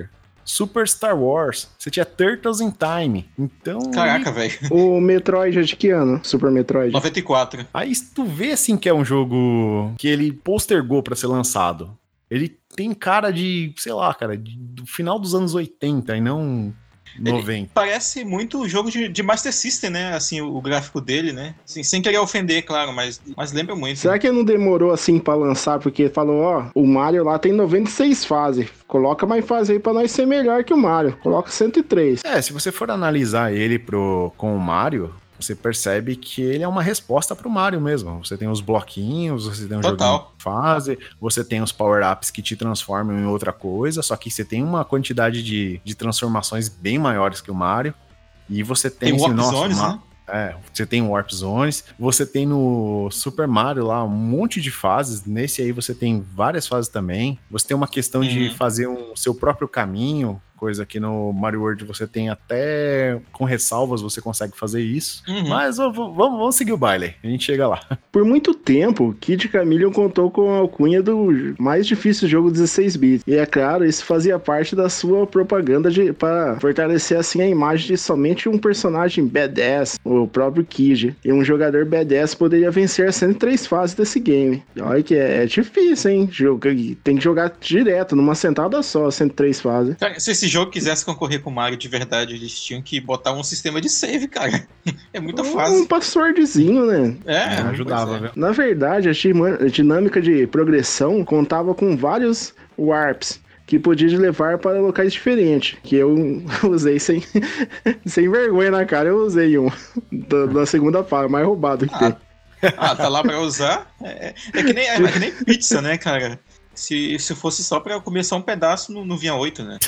Super Star Wars, você tinha Turtles in Time. Então. Caraca, ele... velho. O Metroid é de que ano? Super Metroid? noventa e quatro. Aí tu vê assim que é um jogo que ele postergou pra ser lançado. Ele tem cara de, sei lá, cara, de, do final dos anos oitenta e não noventa. Ele parece muito o jogo de, de Master System, né? Assim, o, o gráfico dele, né? Assim, sem querer ofender, claro, mas, mas lembra muito. Será que não demorou assim pra lançar? Porque falou, ó, o Mario lá tem noventa e seis fases. Coloca mais fase aí pra nós ser melhor que o Mario. Coloca cento e três. É, se você for analisar ele pro, com o Mario, você percebe que ele é uma resposta pro Mario mesmo. Você tem os bloquinhos, você tem um Total. joguinho de fase, você tem os power-ups que te transformam em outra coisa, só que você tem uma quantidade de, de transformações bem maiores que o Mario. E você tem... Tem esse, Warp nossa, Zones, uma- né? É, você tem Warp Zones, você tem no Super Mario lá um monte de fases, nesse aí você tem várias fases também, você tem uma questão Uhum. de fazer um seu próprio caminho, coisa que no Mario World você tem até com ressalvas, você consegue fazer isso, Uhum. mas ó, v- vamos, vamos seguir o baile, a gente chega lá. Por muito tempo, Kid Chameleon contou com a alcunha do mais difícil jogo dezesseis bits. E é claro, isso fazia parte da sua propaganda de, para fortalecer assim a imagem de somente um personagem badass, o próprio Kid. E um jogador badass poderia vencer as cento e três fases desse game. E olha que é, é difícil, hein? Joga- Tem que jogar direto, numa sentada só, cento e três fases. Cara, se esse jogo quisesse concorrer com o Mario de verdade, eles tinham que botar um sistema de save, cara. É muita Um fase. passwordzinho, né? É, É, ajudava, pois é. viu? Na verdade, a dima- a dinâmica de progressão contava com vários warps que podia te levar para locais diferentes, que eu usei sem, sem vergonha na cara, eu usei um da, da segunda fase, mais roubado que Ah. tem. Ah, tá lá pra usar. É, é, que nem, é que nem pizza, né, cara? Se, se fosse só pra comer só um pedaço, não, não vinha oito, né?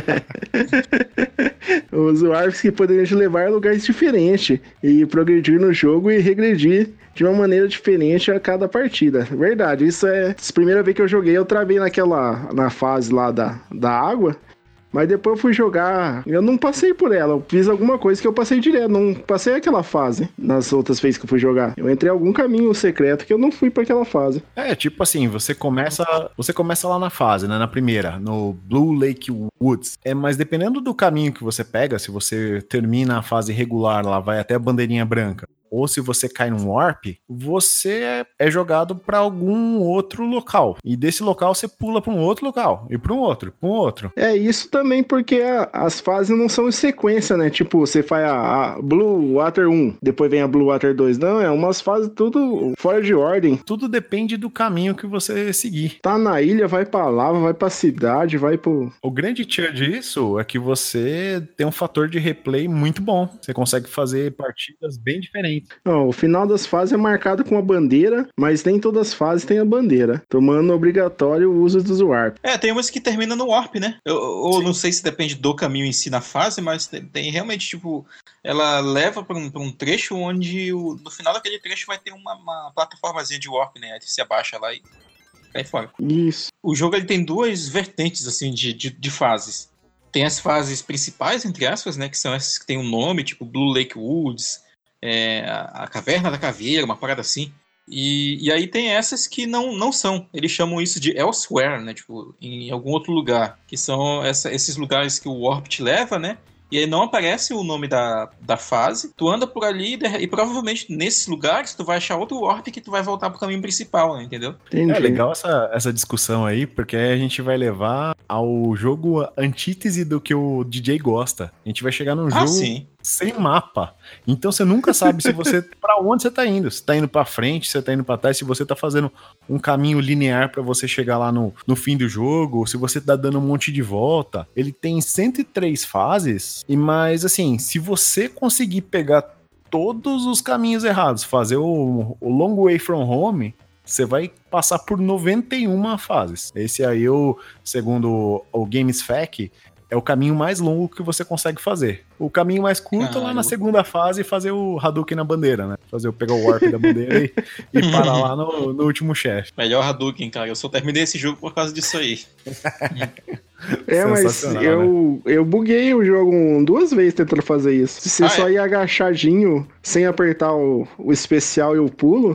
Os warps que poderiam te levar a lugares diferentes e progredir no jogo e regredir de uma maneira diferente a cada partida. Verdade, isso é... A primeira vez que eu joguei, eu travei naquela... na fase lá da, da água, mas depois eu fui jogar... Eu não passei por ela, eu fiz alguma coisa que eu passei direto, não passei aquela fase nas outras vezes que eu fui jogar. Eu entrei em algum caminho secreto que eu não fui pra aquela fase. É, tipo assim, você começa, você começa lá na fase, né, na primeira, no Blue Lake Woods. É, mas dependendo do caminho que você pega, se você termina a fase regular lá, vai até a bandeirinha branca, ou se você cai num warp, você é, é jogado pra algum outro local. E desse local você pula pra um outro local, e pra um outro, pra um outro. É isso também porque a- as fases não são em sequência, né? Tipo, você faz a, a Blue Water um, depois vem a Blue Water dois. Não, é umas fases tudo fora de ordem. Tudo depende do caminho que você seguir. Tá na ilha, vai pra lava, vai pra cidade, vai pro... O grande tchan disso é que você tem um fator de replay muito bom. Você consegue fazer partidas bem diferentes. Não, o final das fases é marcado com a bandeira, mas nem todas as fases têm a bandeira, tomando obrigatório o uso dos warp. É, tem umas que terminam no warp, né? Eu, ou não sei se depende do caminho em si na fase, mas tem, tem realmente, tipo, ela leva pra um, pra um trecho onde o, no final daquele trecho vai ter uma, uma plataformazinha de warp, né? Aí você abaixa lá e cai fora. Isso. O jogo ele tem duas vertentes, assim, de, de, de fases. Tem as fases principais, entre aspas, né? Que são essas que tem um nome, tipo Blue Lake Woods, é, a, a Caverna da Caveira, uma parada assim. E, e aí tem essas que não, não são. Eles chamam isso de Elsewhere, né? Tipo, em algum outro lugar. Que são essa, esses lugares que o Warp te leva, né? E aí não aparece o nome da, da fase. Tu anda por ali e, de- e provavelmente nesses lugares tu vai achar outro Warp que tu vai voltar pro caminho principal, né? Entendeu? Entendi. É legal essa, essa discussão aí, porque aí a gente vai levar ao jogo antítese do que o D J gosta. A gente vai chegar num Ah, jogo sim. sem mapa. Então você nunca sabe se você para onde você tá indo. Se tá indo pra frente, se você tá indo pra trás, se você tá fazendo um caminho linear pra você chegar lá no, no fim do jogo, ou se você tá dando um monte de volta. Ele tem cento e três fases, e mais assim, se você conseguir pegar todos os caminhos errados, fazer o, o Long Way From Home, você vai passar por noventa e uma fases. Esse aí, o, segundo o GamesFAQ, é o caminho mais longo que você consegue fazer. O caminho mais curto é lá Caralho. na segunda fase fazer o Hadouken na bandeira, né? Fazer o pegar o Warp da bandeira e, e parar lá no, no último chefe. Melhor Hadouken, cara. Eu só terminei esse jogo por causa disso aí. É, mas Sensacional, eu, eu buguei o jogo um- duas vezes tentando fazer isso. Se você Ah, só é? ia agachadinho, sem apertar o, o especial e o pulo,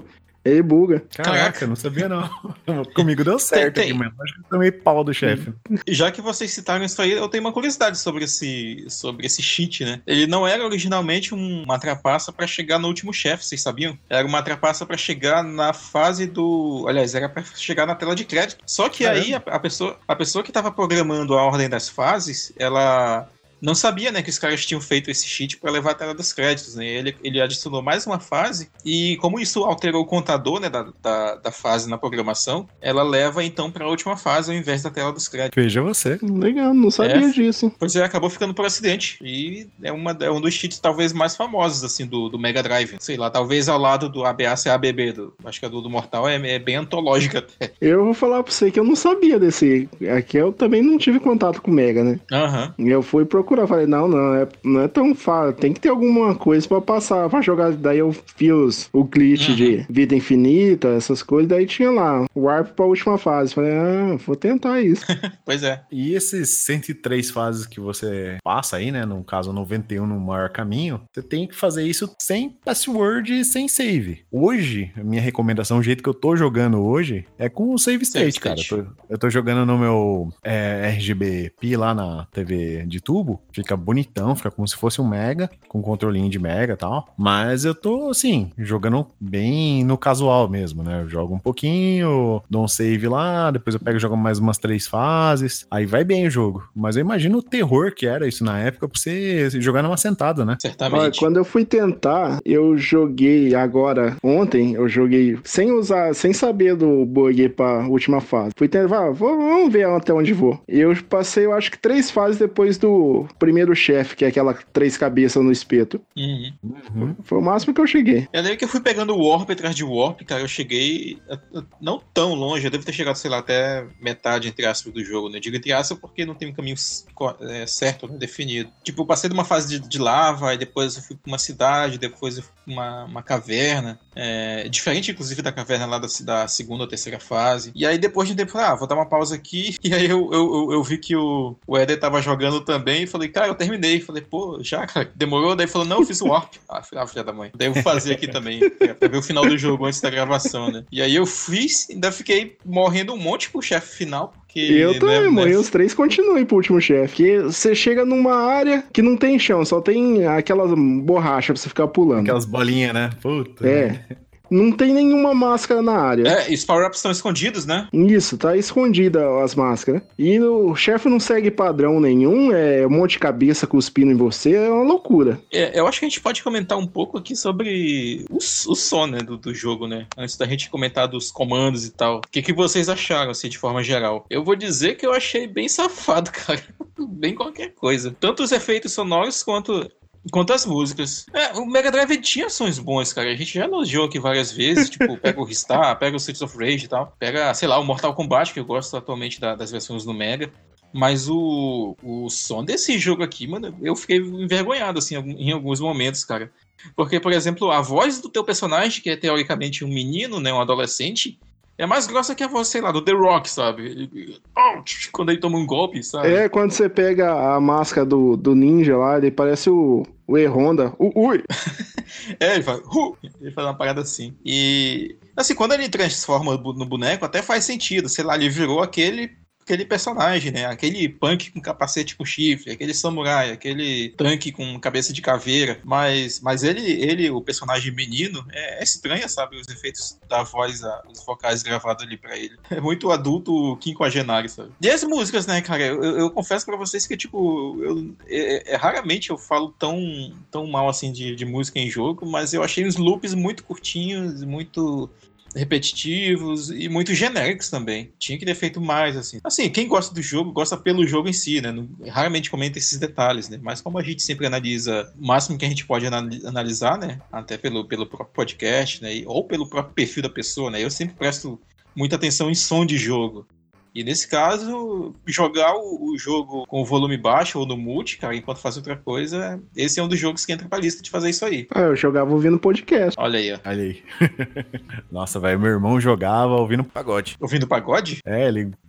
Ele buga. Caraca, Caraca. não sabia não. Comigo deu certo Tem- aqui, mano. Acho que eu tomei pau do chefe. Já que vocês citaram isso aí, eu tenho uma curiosidade sobre esse, sobre esse cheat, né? Ele não era originalmente um- uma trapaça pra chegar no último chefe, vocês sabiam? Era uma trapaça pra chegar na fase do... Aliás, era pra chegar na tela de crédito. Só que aí a, a pessoa, a pessoa que tava programando a ordem das fases, ela... não sabia, né, que os caras tinham feito esse cheat para levar a tela dos créditos, né? Ele, ele adicionou mais uma fase e como isso alterou o contador, né, da, da, da fase na programação, ela leva então para a última fase ao invés da tela dos créditos. Veja você. Legal, não sabia É. disso. Pois é, acabou ficando por acidente e é, uma, é um dos cheats talvez mais famosos, assim, do, do Mega Drive. Sei lá, talvez ao lado do A B A C A B B, do, acho que a do, do Mortal é, é bem antológica até. Eu vou falar pra você que eu não sabia desse. Aqui eu também não tive contato com o Mega, né? Aham. E eu fui procurar, falei, não, não, é, não é tão fácil, tem que ter alguma coisa pra passar, pra jogar. Daí eu fiz o glitch Uhum. de vida infinita, essas coisas, daí tinha lá, o warp pra última fase. Falei, ah, vou tentar isso. Pois é. E esses cento e três fases que você passa aí, né? No caso, noventa e um no maior caminho, você tem que fazer isso sem password e sem save. Hoje, a minha recomendação, o jeito que eu tô jogando hoje, é com o save Save state, cara. Eu state. tô, eu tô jogando no meu é, R G B P lá na T V de tubo, fica bonitão, fica como se fosse um Mega, com controlinho de Mega e tal. Mas eu tô, assim, jogando bem no casual mesmo, né? Eu jogo um pouquinho, dou um save lá, depois eu pego e jogo mais umas três fases, aí vai bem o jogo. Mas eu imagino o terror que era isso na época pra você jogar numa sentada, né? Olha, Certamente. quando eu fui tentar, eu joguei agora, ontem, eu joguei sem usar, sem saber do bug pra última fase. Fui tentar, ah, vou- vamos ver até onde vou. E eu passei, eu acho que três fases depois do primeiro chefe, que é aquela três cabeças no espeto. Uhum. Uhum. Foi o máximo que eu cheguei. Eu lembro que eu fui pegando Warp atrás de Warp, cara, eu cheguei eh, eh, não tão longe, eu devo ter chegado, sei lá, até metade, entre aspas, do jogo, né? Eu digo entre aspas porque não tem um caminho s- co- eh, certo, né? Definido. Tipo, eu passei de uma fase de, de lava, aí depois eu fui pra uma cidade, depois eu fui pra uma, uma caverna, é, diferente, inclusive, da caverna lá da, da segunda ou terceira fase. E aí, depois de um tempo, eu falei, ah, vou dar uma pausa aqui, e aí eu, eu, eu, eu vi que o, o Eder tava jogando também, e falei, cara, eu terminei. Falei, pô, já, cara, demorou? Daí falou, não, eu fiz o Warp. Ah, filha filha da mãe. Daí eu vou fazer aqui também, pra ver o final do jogo antes da gravação, né? E aí eu fiz, ainda fiquei morrendo um monte pro chefe final, porque... Eu também, né, morri né, os três, continuem pro último chefe. Porque você chega numa área que não tem chão, só tem aquelas borrachas pra você ficar pulando. Aquelas bolinhas, né? Puta. É. Não tem nenhuma máscara na área. É, e os power-ups estão escondidos, né? Isso, tá escondida as máscaras. E o chefe não segue padrão nenhum, é um monte de cabeça cuspindo em você, é uma loucura. É, eu acho que a gente pode comentar um pouco aqui sobre o, o som, né, do, do jogo, né? Antes da gente comentar dos comandos e tal. O que, que vocês acharam, assim, de forma geral? Eu vou dizer que eu achei bem safado, cara. Bem qualquer coisa. Tanto os efeitos sonoros quanto... Quanto as músicas. É, o Mega Drive tinha sons bons, cara. A gente já elogiou aqui várias vezes. Tipo, pega o Ristar, pega o Streets of Rage e tal. Pega, sei lá, o Mortal Kombat, que eu gosto atualmente da- das versões do Mega. Mas o, o som desse jogo aqui, mano, eu fiquei envergonhado, assim, em alguns momentos, cara. Porque, por exemplo, a voz do teu personagem, que é teoricamente um menino, né, um adolescente, é mais grossa que a voz, sei lá, do The Rock, sabe? Ele- Ouch! Quando ele toma um golpe, sabe? É, quando você pega a máscara do, do ninja lá, ele parece o, o E-Honda. U- Ui! É, ele fala, "Hu!" Ele faz uma parada assim. E, assim, quando ele transforma no boneco, até faz sentido. Sei lá, ele virou aquele, aquele personagem, né? Aquele punk com capacete com chifre, aquele samurai, aquele tanque com cabeça de caveira. Mas, mas ele, ele, o personagem menino, é, é estranho, sabe? Os efeitos da voz, a- os vocais gravados ali pra ele. É muito adulto quinquagenário, sabe? E as músicas, né, cara? Eu, eu- eu confesso pra vocês que, tipo, eu, é, é- raramente eu falo tão, tão mal assim de, de música em jogo, mas eu achei os loops muito curtinhos, muito repetitivos e muito genéricos também. Tinha que ter feito mais, assim. Assim, quem gosta do jogo, gosta pelo jogo em si, né? Não- raramente comenta esses detalhes, né? Mas como a gente sempre analisa o máximo que a gente pode anali- analisar, né? Até pelo, pelo próprio podcast, né? E- ou pelo próprio perfil da pessoa, né? Eu sempre presto muita atenção em som de jogo. E nesse caso, jogar o, o jogo com o volume baixo ou no multi, cara, enquanto faz outra coisa, esse é um dos jogos que entra pra lista de fazer isso aí. Ah, eu jogava ouvindo podcast. Olha aí, ó. Olha aí. Nossa, velho, meu irmão jogava ouvindo pagode. Ouvindo pagode? É, ele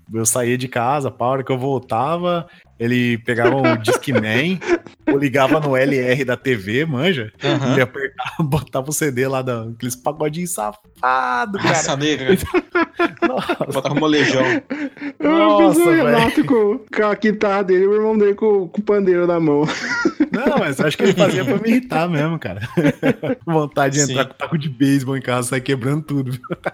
eu saía de casa, a hora que eu voltava, ele pegava o Discman, ou ligava no L R da T V, manja, Uhum. ele apertava, botava o C D lá, daqueles pagodinhos safados, cara. Raça negra. Nossa, Botava um molejão. Eu Nossa, fiz o velho. Renato com, com a guitarra dele e o irmão dele com, com o pandeiro na mão. não, mas acho que ele fazia pra me irritar mesmo, cara. Vontade de Sim. entrar com taco de beisebol em casa, sair quebrando tudo.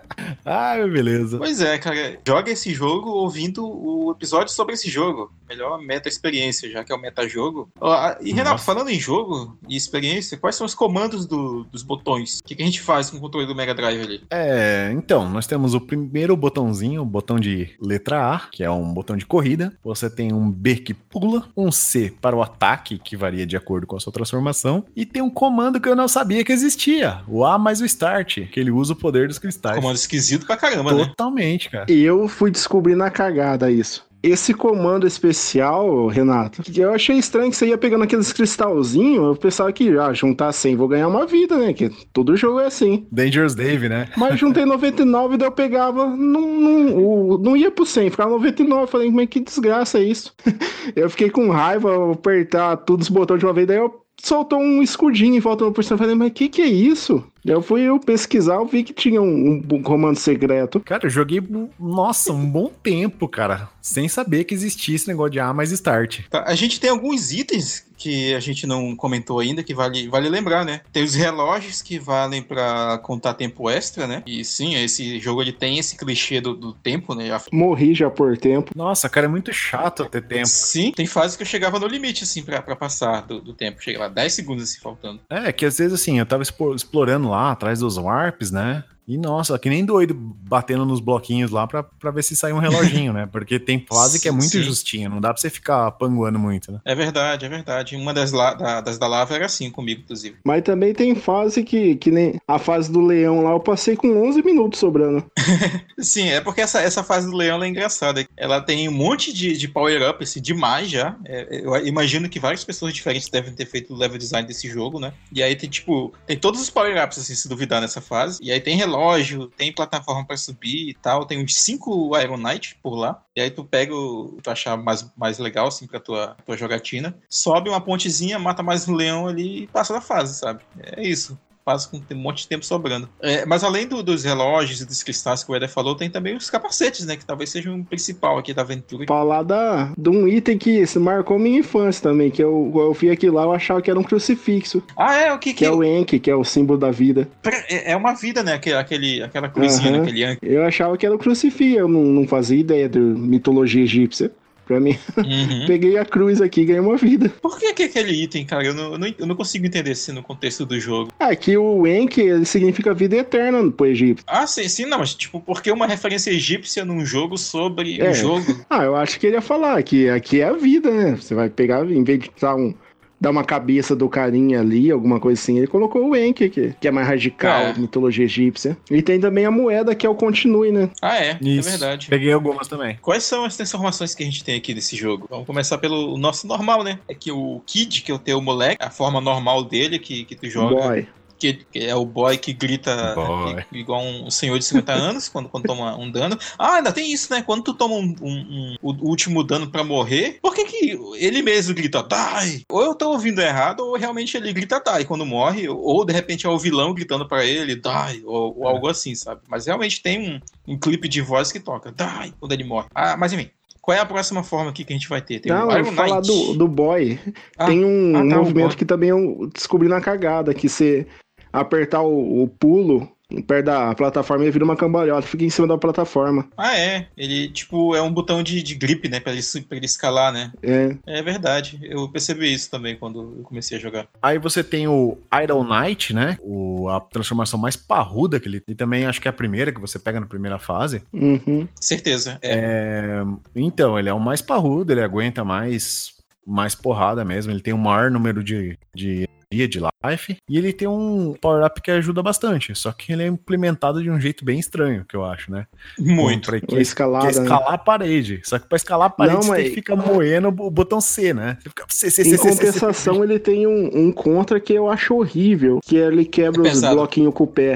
Ai, beleza. Pois é, cara. Joga esse jogo ouvindo o episódio sobre esse jogo. Melhor meta-experiência, já que é o meta-jogo. Ó, a- E, Renato, Nossa. falando em jogo e experiência, quais são os comandos do- dos botões? O que, que a gente faz com o controle do Mega Drive ali? É, então, nós temos o primeiro botãozinho, o botão de letra A, que é um botão de corrida. Você tem um B que pula, um C para o ataque, que varia de acordo com a sua transformação. E tem um comando que eu não sabia que existia, o A mais o Start, que ele usa o poder dos cristais. Comando esquisito pra caramba, né? Totalmente, cara. E eu fui descobrir na cagada isso. Esse comando especial, Renato, que eu achei estranho que você ia pegando aqueles cristalzinhos, eu pensava que, ah, juntar cem, vou ganhar uma vida, né? Que todo jogo é assim. Dangerous Dave, né? Mas juntei noventa e nove, daí eu pegava, não, não, o- não ia pro cem, ficava noventa e nove. Falei, mas que desgraça é isso? Eu fiquei com raiva, eu apertar todos os botões de uma vez, daí eu soltou um escudinho em volta do por cima. Falei, mas que que é isso? Daí eu fui eu pesquisar, eu vi que tinha um, um comando secreto. Cara, eu joguei, nossa, um bom tempo, cara, sem saber que existia esse negócio de A mais Start. Tá, a gente tem alguns itens que a gente não comentou ainda, que vale, vale lembrar, né? Tem os relógios que valem pra contar tempo extra, né? E sim, esse jogo ele tem esse clichê do, do tempo, né? A- Morri já por tempo. Nossa, cara, é muito chato ter tempo. Sim, tem fases que eu chegava no limite, assim, pra, pra passar do, do tempo. Cheguei lá, dez segundos, assim, faltando. É, que às vezes assim, eu tava expo- explorando lá atrás dos warps, né? E nossa, que nem doido batendo nos bloquinhos lá pra, pra ver se sai um reloginho, né? Porque tem fase que é muito Sim. justinha, não dá pra você ficar panguando muito, né? É verdade, é verdade. Uma das, la- da- das da lava era assim comigo, inclusive. Mas também tem fase que, que nem a fase do leão lá, eu passei com onze minutos sobrando. Sim, é porque essa, essa fase do leão ela é engraçada. Ela tem um monte de, de power-up, assim, demais já. É, eu imagino que várias pessoas diferentes devem ter feito o level design desse jogo, né? E aí tem, tipo, tem todos os power-ups, assim, se duvidar nessa fase. E aí tem relógio, tem plataforma pra subir e tal. Tem uns cinco Iron Knight por lá. E aí tu pega o que tu achar mais, mais legal, assim, pra tua, tua jogatina. Sobe uma pontezinha, mata mais um leão ali e passa da fase, sabe? É isso. Passa com um monte de tempo sobrando. É, mas além do- dos relógios e dos cristais que o Eder falou, tem também os capacetes, né? Que talvez seja um principal aqui da aventura. Falar da, de um item que se marcou minha infância também, que eu, eu vi aquilo lá, eu achava que era um crucifixo, Ah, é? O que que que... é o Enki, que é o símbolo da vida. É é uma vida, né? Aquele, aquele, aquela cruzinha, Aham. né? Aquele anque. Eu achava que era o crucifixo, eu não, não fazia ideia de mitologia egípcia. Pra mim, Uhum. peguei a cruz aqui e ganhei uma vida. Por que, que aquele item, cara? Eu não, eu não, eu não consigo entender assim no contexto do jogo. Ah, que o Enki, ele significa vida eterna pro Egito. Ah, sim, sim, não, mas tipo, por que uma referência egípcia num jogo sobre É. um jogo? Ah, eu acho que ele ia falar que aqui é a vida, né? Você vai pegar, em vez de dar, um, dar uma cabeça do carinha ali, alguma coisa assim, ele colocou o Enki aqui, que é mais radical, É. mitologia egípcia. E tem também a moeda, que é o continue, né? Ah, é, Isso. é verdade. Peguei algumas também. Quais são as transformações que a gente tem aqui desse jogo? Vamos começar pelo nosso normal, né? É que o Kid, que é o teu moleque, a forma normal dele que, que tu joga, Boy. que, que é o boy que grita Boy. i- igual um senhor de cinquenta anos quando, quando toma um dano. Ah, ainda tem isso, né? Quando tu toma um, um- um- o último dano pra morrer, por que que ele mesmo grita die? Ou eu tô ouvindo errado, ou realmente ele grita die quando morre, ou de repente é o vilão gritando pra ele die, ou, ou algo assim, sabe? Mas realmente tem um, um clipe de voz que toca die quando ele morre. Ah, mas enfim. Qual é a próxima forma aqui que a gente vai ter? Tem Não, o eu Iron vou falar Knight. do, do boy. Ah, Tem um ah, tá, o movimento boy. que também eu descobri na cagada, que você apertar o, o pulo perto da plataforma e vira uma cambalhota, fica em cima da plataforma. Ah, é. Ele, tipo, é um botão de, de grip, né? Pra ele, su- pra ele escalar, né? É. É verdade. Eu percebi isso também quando eu comecei a jogar. Aí você tem o Iron Knight, né? O, a transformação mais parruda que ele tem. E também acho que é a primeira que você pega na primeira fase. Uhum. Certeza. É. É, então, ele é o mais parrudo, ele aguenta mais, mais porrada mesmo. Ele tem o maior número de, de energia, de life. E ele tem um power-up que ajuda bastante. Só que ele é implementado de um jeito bem estranho, que eu acho, né? Muito. Pra que, Uma escalada, que é escalar a parede. Só que pra escalar a parede Não, você tem mas- que ficar moendo o botão C, né? Você fica... C, C, C, Em C, C, C, compensação, ele tem um, um contra que eu acho horrível, que ele quebra É os pesado. bloquinhos com o pé.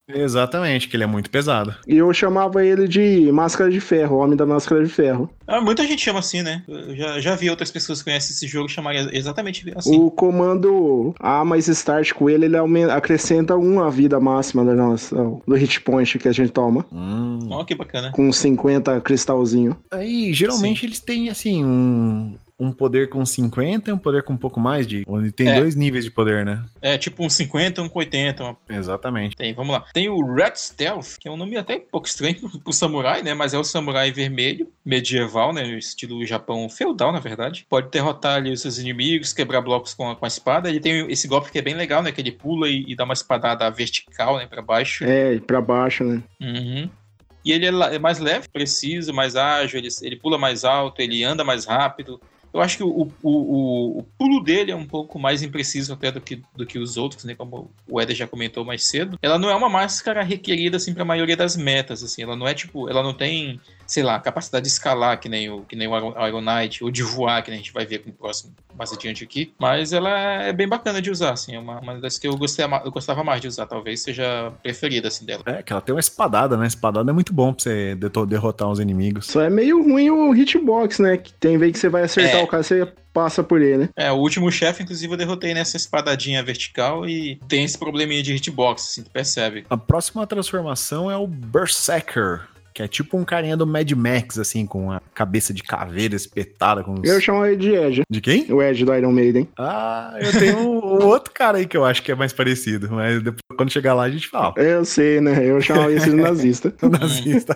Exatamente, que ele é muito pesado. E eu chamava ele de Máscara de Ferro, o Homem da Máscara de Ferro. Ah, muita gente chama assim, né? Eu já, já vi outras pessoas que conhecem esse jogo chamarem exatamente assim. O comando A mais Start com ele, ele aumenta, acrescenta uma vida máxima da nossa, do hit point que a gente toma. Hum. Ó, que bacana. Com cinquenta cristalzinho. Aí, geralmente, Sim. eles têm, assim, um... um poder com cinquenta e um poder com um pouco mais de... Onde tem é. dois níveis de poder, né? É, tipo um cinquenta e um com oitenta. Uma... Exatamente. Tem, vamos lá. Tem o Red Stealth, que é um nome até um pouco estranho pro, pro samurai, né? Mas é o samurai vermelho, medieval, né? Estilo Japão feudal, na verdade. Pode derrotar ali os seus inimigos, quebrar blocos com a, com a espada. Ele tem esse golpe que é bem legal, né? Que ele pula e, e dá uma espadada vertical, né? Pra baixo. É, pra baixo, né? Uhum. E ele é mais leve, preciso, mais ágil, ele, ele pula mais alto, ele anda mais rápido. Eu acho que o, o, o, o pulo dele é um pouco mais impreciso até do que, do que os outros, né? Como o Eder já comentou mais cedo. Ela não é uma máscara requerida, assim, pra maioria das metas, assim. Ela não é, tipo... Ela não tem, sei lá, capacidade de escalar, que nem o, que nem o Iron Knight, ou de voar, que a gente vai ver com o próximo mais adiante aqui. Mas ela é bem bacana de usar, assim. É uma, uma das que eu, gostei, eu gostava mais de usar. Talvez seja a preferida, assim, dela. É, que ela tem uma espadada, né? Espadada é muito bom pra você derrotar os inimigos. Só é meio ruim o hitbox, né? Que tem vez que você vai acertar É. o cara, você passa por ele. É, o último chefe, inclusive, eu derrotei nessa espadadinha vertical e tem esse probleminha de hitbox, assim, tu percebe. A próxima transformação é o Berserker, que é tipo um carinha do Mad Max, assim, com a cabeça de caveira espetada. Com os... Eu chamo ele de Edge. De quem? O Edge do Iron Maiden. Ah, eu tenho um outro cara aí que eu acho que é mais parecido, mas depois, quando chegar lá a gente fala. Eu sei, né? Eu chamo esse de nazista. Nazista.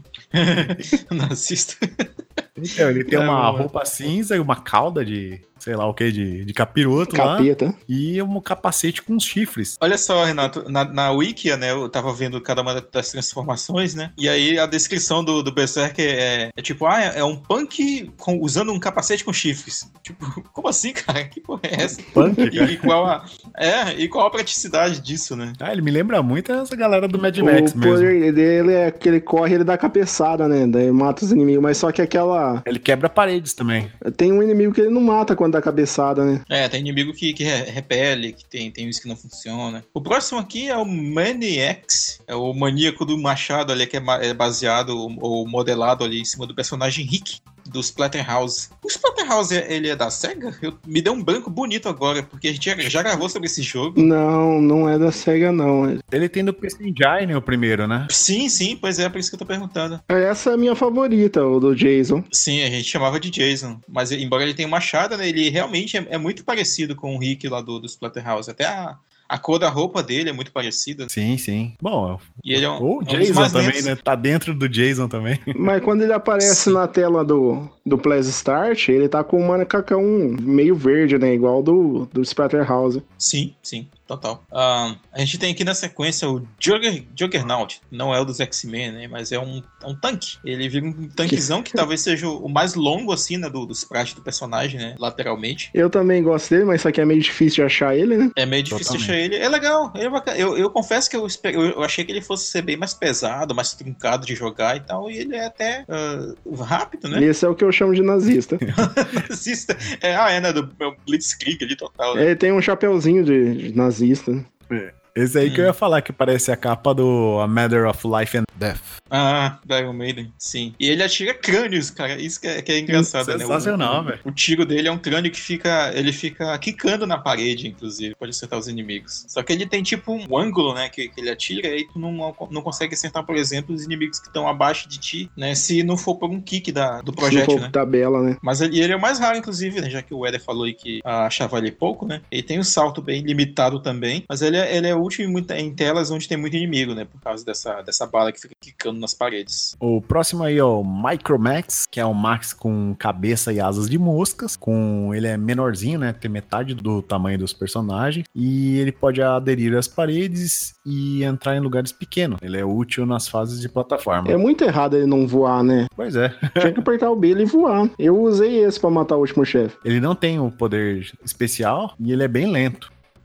Nazista. Então, ele tem É, uma mano. roupa cinza e uma cauda de, sei lá o que, de, de capiroto Capeta. lá. E um capacete com chifres. Olha só, Renato, na, na Wikia, né, eu tava vendo cada uma das transformações, né, e aí a descrição do, do Berserker é, é tipo, ah, é um punk com- usando um capacete com chifres. Tipo, como assim, cara? Que porra é essa? Punk, E, cara. e qual a, é, e qual a praticidade disso, né? Ah, ele me lembra muito essa galera do Mad Max O mesmo. poder dele é que ele corre, ele dá cabeçada, né? Daí mata os inimigos. Mas só que aquela... Ele quebra paredes também. Tem um inimigo que ele não mata quando dá cabeçada, né? É, tem inimigo que, que re- repele, que tem, tem uns que não funciona. O próximo aqui é o Maniacs, é o maníaco do machado ali, que é, ma- é baseado ou modelado ali em cima do personagem Rick, do Splatterhouse. O Splatterhouse, ele é da SEGA? Eu, me deu um branco bonito agora, porque a gente já, já gravou sobre esse jogo. Não, não é da SEGA, não. Ele tem do P C Engine o primeiro, né? Sim, sim, pois é, por isso que eu tô perguntando. Essa é a minha favorita, o do Jason. Sim, a gente chamava de Jason, mas embora ele tenha um machado, né, ele realmente é, é muito parecido com o Rick lá do, do Splatterhouse. Até a, a cor da roupa dele é muito parecida. Sim, sim. Bom, E ele é um, o é um dos Jason mais também, lentos. né? Tá dentro do Jason também. Mas quando ele aparece Sim. na tela do, do Play Start, ele tá com um macacão meio verde, né? Igual do, do Splatterhouse. Sim, sim, total. Ah, a gente tem aqui na sequência o Jugger, Juggernaut. Não é o dos X-Men, né? Mas é um, é um tanque. Ele vira um tanquezão que talvez seja o mais longo, assim, né? Do, dos pratos do personagem, né? Lateralmente. Eu também gosto dele, mas só que é meio difícil de achar ele, né? É meio difícil Totalmente. achar ele. É legal, ele é bacana. Eu, eu confesso que eu, espe- eu, eu achei que ele fosse ser bem mais pesado, mais truncado de jogar e tal. E ele é até ah, rápido, né? Esse é o que eu chamo de nazista. Assista. É, ah, é, né? Do meu Blitzkrieg ali total. Né? Ele tem um chapeuzinho de, de nazista. Esse aí que eu ia falar, que parece a capa do A Matter of Life and Death. Ah, do Iron Maiden, sim. E ele atira crânios, cara. Isso que é, que é engraçado, né? Sensacional, O- velho. O tiro dele é um crânio que fica. Ele fica quicando na parede, inclusive. Pode acertar os inimigos. Só que ele tem tipo um ângulo, né? Que, que ele atira, e aí tu não, não consegue acertar, por exemplo, os inimigos que estão abaixo de ti, né? Se não for por um kick da, do Se projétil, for né? tabela, né? Mas ele, ele é o mais raro, inclusive, né? Já que o Eder falou aí que ah, achava ele pouco, né? Ele tem um salto bem limitado também, mas ele é, ele é útil em, muita- em telas onde tem muito inimigo, né? Por causa dessa, dessa bala que fica quicando nas paredes. O próximo aí é o Micromax, que é um Max com cabeça e asas de moscas. Com ele é menorzinho, né? Tem metade do tamanho dos personagens. E ele pode aderir às paredes e entrar em lugares pequenos. Ele é útil nas fases de plataforma. É muito errado ele não voar, né? Pois é. Tinha que apertar o B e voar. Eu usei esse pra matar o último chefe. Ele não tem o poder especial e ele é bem lento.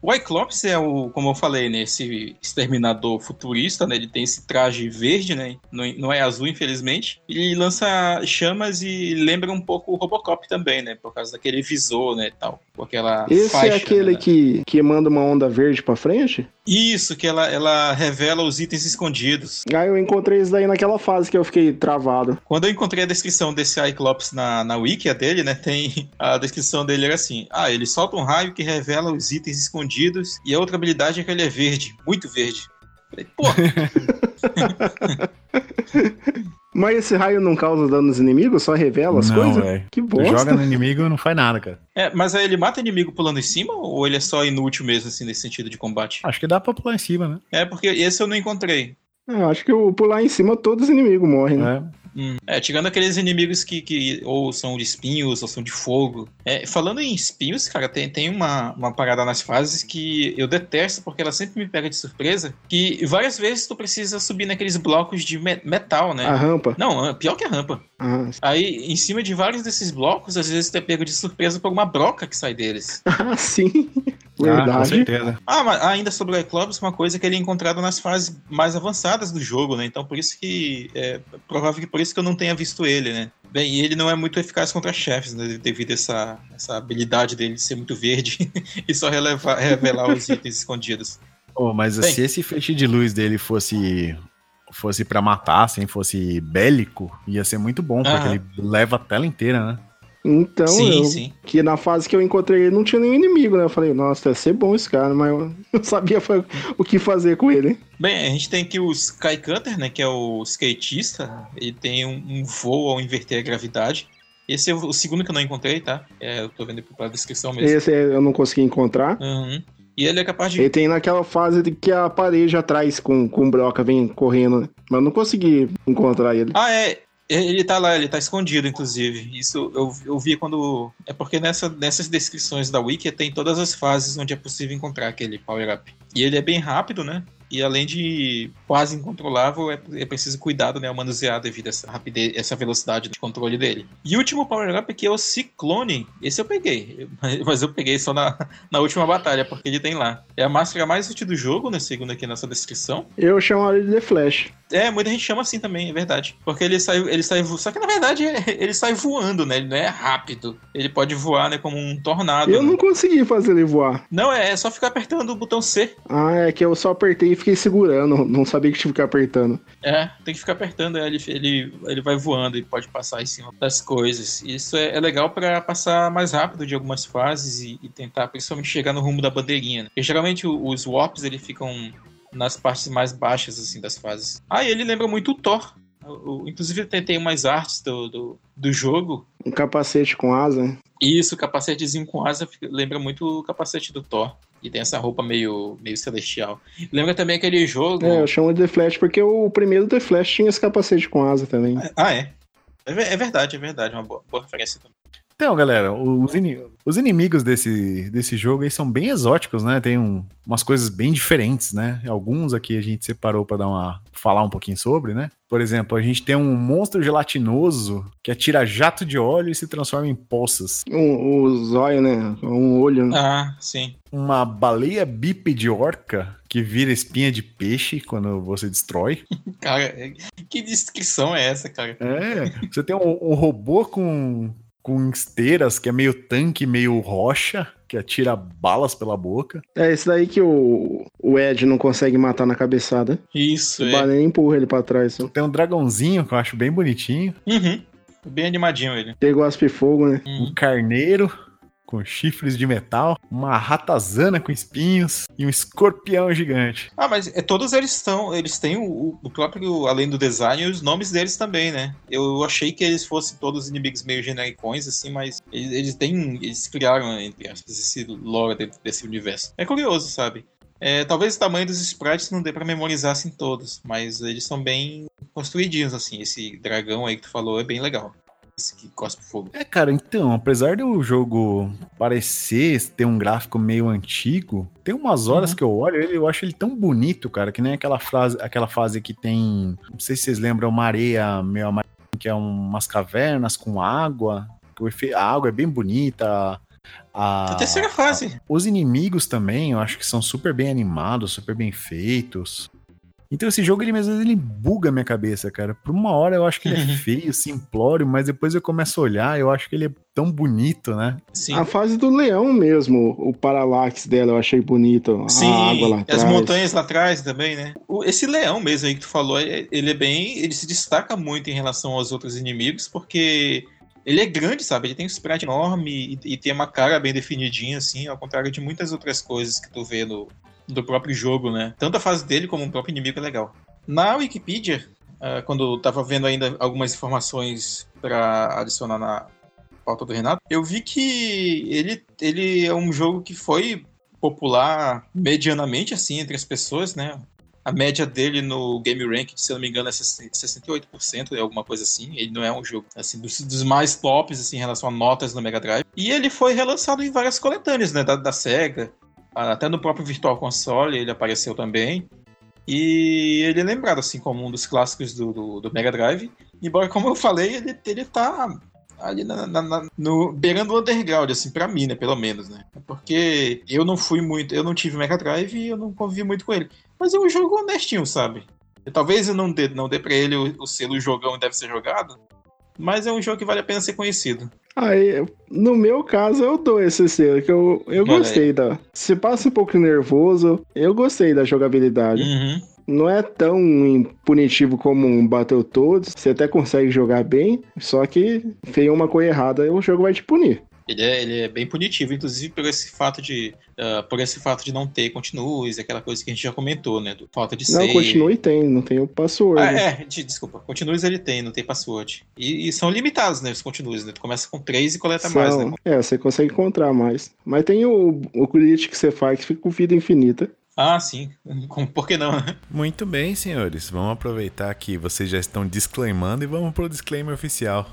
O Cyclops é o, como eu falei, né, esse exterminador futurista, né, ele tem esse traje verde, né, não, não é azul, infelizmente. Ele lança chamas e lembra um pouco o Robocop também, né, por causa daquele visor, né, tal, com aquela Esse faixa. é aquele né? que, que manda uma onda verde pra frente? Isso, que ela, ela revela os itens escondidos. Ah, eu encontrei isso daí naquela fase que eu fiquei travado. Quando eu encontrei a descrição desse Cyclops na, na wiki dele, né, tem a descrição dele era assim, ah, ele solta um raio que revela os itens escondidos e a outra habilidade é que ele é verde, muito verde. Falei, pô... Mas esse raio não causa dano nos inimigos? Só revela as Não, coisas? véio. Que Tu bosta. joga no inimigo e não faz nada, cara. É, mas aí ele mata inimigo pulando em cima ou ele é só inútil mesmo, assim, nesse sentido de combate? Acho que dá pra pular em cima, né? É, porque esse eu não encontrei. Eu acho que eu pular em cima todos os inimigos morrem, né? É. Hum. É, tirando aqueles inimigos que, que ou são de espinhos ou são de fogo. É, falando em espinhos, cara, tem, tem uma, uma parada nas fases que eu detesto porque ela sempre me pega de surpresa. Que várias vezes tu precisa subir naqueles blocos de me- metal, né? A rampa. Não, pior que a rampa. Ah, Aí, em cima de vários desses blocos, às vezes tu é pego de surpresa por uma broca que sai deles. ah sim. Ah, com Verdade. certeza. Ah, mas ainda sobre o Cyclops, uma coisa que ele é encontrado nas fases mais avançadas do jogo, né? Então por isso que é provável que por isso que eu não tenha visto ele, né? Bem, e ele não é muito eficaz contra chefes, né? Devido a essa, essa habilidade dele de ser muito verde e só relevar, revelar os itens escondidos. Oh, mas Bem. se esse feixe de luz dele fosse fosse para matar, assim, fosse bélico, ia ser muito bom, porque Aham. ele leva a tela inteira, né? Então, Sim, eu, sim. que na fase que eu encontrei ele não tinha nenhum inimigo, né? Eu falei, nossa, deve ser bom esse cara, mas eu não sabia fa- o que fazer com ele. Bem, a gente tem aqui o Sky Cutter, né? Que é o skatista. Ele tem um, um voo ao inverter a gravidade. Esse é o, o segundo que eu não encontrei, tá? É, eu tô vendo aqui pela descrição mesmo. Esse eu não consegui encontrar. Uhum. E ele é capaz de... Ele tem naquela fase de que a parede atrás com, com broca vem correndo, né? Mas eu não consegui encontrar ele. Ah, é. Ele tá lá, ele tá escondido, inclusive. Isso eu, eu vi quando... É porque nessa, nessas descrições da Wiki tem todas as fases onde é possível encontrar aquele power-up. E ele é bem rápido, né? E além de quase incontrolável, é, é preciso cuidado, né? Ao manusear devido a essa rapidez, essa velocidade de controle dele. E o último power-up aqui é o Ciclone. Esse eu peguei. Mas eu peguei só na, na última batalha, porque ele tem lá. É a máscara mais útil do jogo, né? Segundo aqui nessa descrição. Eu chamo ele de The Flash. É, muita gente chama assim também, é verdade. Porque ele sai, ele sai vo... Só que na verdade ele sai voando, né? Ele não é rápido. Ele pode voar, né? Como um tornado. Eu né? não consegui fazer ele voar. Não, é, é só ficar apertando o botão C. Ah, é que eu só apertei e fiquei segurando. Não sabia que tinha que ficar apertando. É, tem que ficar apertando, é, ele, ele, ele vai voando e pode passar em cima das coisas. Isso é, é legal pra passar mais rápido de algumas fases e, e tentar principalmente chegar no rumo da bandeirinha. Né? Porque geralmente o- os warps ele ficam nas partes mais baixas assim das fases. Ah, e ele lembra muito o Thor. O- o- inclusive tem, tem umas artes do, do, do jogo. Um capacete com asa, né? Isso, o capacetezinho com asa fica- lembra muito o capacete do Thor. E tem essa roupa meio, meio celestial. Lembra também aquele jogo... É, eu chamo de The Flash porque o primeiro The Flash tinha esse capacete com asa também. Ah, é? É ve- é verdade, é verdade. Uma boa, boa referência também. Então, galera, os, ini- os inimigos desse, desse jogo aí são bem exóticos, né? Tem um- umas coisas bem diferentes, né? Alguns aqui a gente separou pra dar uma, falar um pouquinho sobre, né? Por exemplo, a gente tem um monstro gelatinoso que atira jato de óleo e se transforma em poças. Um, o zóio, né? Um olho, né? Ah, sim. Uma baleia bípede orca que vira espinha de peixe quando você destrói. Cara, é- que descrição é essa, cara? É, você tem um, um robô com, com esteiras que é meio tanque, meio rocha, que atira balas pela boca. É esse daí que o, o Ed não consegue matar na cabeçada. Isso, O é. Baleia empurra ele pra trás. Só. Tem um dragãozinho que eu acho bem bonitinho. Uhum. Bem animadinho ele. Ele gosta de fogo, né? Uhum. Um carneiro com chifres de metal, uma ratazana com espinhos e um escorpião gigante. Ah, mas é, todos eles estão. Eles têm o, o próprio, além do design, os nomes deles também, né? Eu achei que eles fossem todos inimigos meio genericões, assim, mas eles, eles têm. Eles criaram, entre aspas, esse lore dentro desse universo. É curioso, sabe? É, talvez o tamanho dos sprites não dê pra memorizar assim todos, mas eles são bem construidinhos, assim. Esse dragão aí que tu falou é bem legal. Esse que cospe fogo. É, cara, então, apesar do jogo parecer ter um gráfico meio antigo, tem umas horas Uhum. que eu olho ele, eu acho ele tão bonito, cara, que nem aquela frase, aquela fase que tem, não sei se vocês lembram, uma areia meio amarela, que é umas cavernas com água, que o efe- a água é bem bonita, A, A terceira fase. a, os inimigos também, eu acho que são super bem animados, super bem feitos. Então esse jogo, ele mesmo, ele buga a minha cabeça, cara. Por uma hora eu acho que ele é feio, simplório, mas depois eu começo a olhar, eu acho que ele é tão bonito, né? Sim. A fase do leão mesmo, o paralaxe dela, eu achei bonito. Sim, a água lá as atrás. montanhas lá atrás também, né? O- Esse leão mesmo aí que tu falou, é- ele é bem... Ele se destaca muito em relação aos outros inimigos, porque ele é grande, sabe? Ele tem um sprite enorme e, e tem uma cara bem definidinha, assim, ao contrário de muitas outras coisas que tu vê no, do próprio jogo, né? Tanto a fase dele como o próprio inimigo é legal. Na Wikipedia, uh, quando eu tava vendo ainda algumas informações para adicionar na pauta do Renato, eu vi que ele, ele é um jogo que foi popular medianamente, assim, entre as pessoas, né? A média dele no Game Rank, se eu não me engano, é sessenta e oito por cento, é alguma coisa assim. Ele não é um jogo, assim, dos, dos mais tops, assim, em relação a notas no Mega Drive. E ele foi relançado em várias coletâneas, né? Da, da Sega. Até no próprio Virtual Console ele apareceu também. E ele é lembrado, assim, como um dos clássicos do, do, do Mega Drive. Embora, como eu falei, ele, ele tá ali na, na, na, no, beirando o underground, assim, pra mim, né, pelo menos, né. Porque eu não fui muito, eu não tive Mega Drive e eu não convivi muito com ele. Mas é um jogo honestinho, sabe? Talvez eu não dê, não dê pra ele o, o selo jogão deve ser jogado, mas é um jogo que vale a pena ser conhecido. Aí, no meu caso, eu dou esse selo, que eu, eu gostei da... Se passa um pouco nervoso, eu gostei da jogabilidade. Uhum. Não é tão punitivo como um Battletoads, você até consegue jogar bem, só que fez uma coisa errada, o jogo vai te punir. Ele é, ele é bem punitivo, inclusive por esse fato de uh, por esse fato de não ter continues, aquela coisa que a gente já comentou, né? Do, falta de Não, save. continue tem, não tem o password. Ah, é, de, desculpa. Continues ele tem, não tem password. E, e são limitados, né? Os continues, né? Tu começa com três e coleta São, mais, né? É, você consegue encontrar mais. Mas tem o, o glitch que você faz que fica com vida infinita. Ah, sim. Por que não, né? Muito bem, senhores. Vamos aproveitar que vocês já estão disclaimando e vamos pro disclaimer oficial.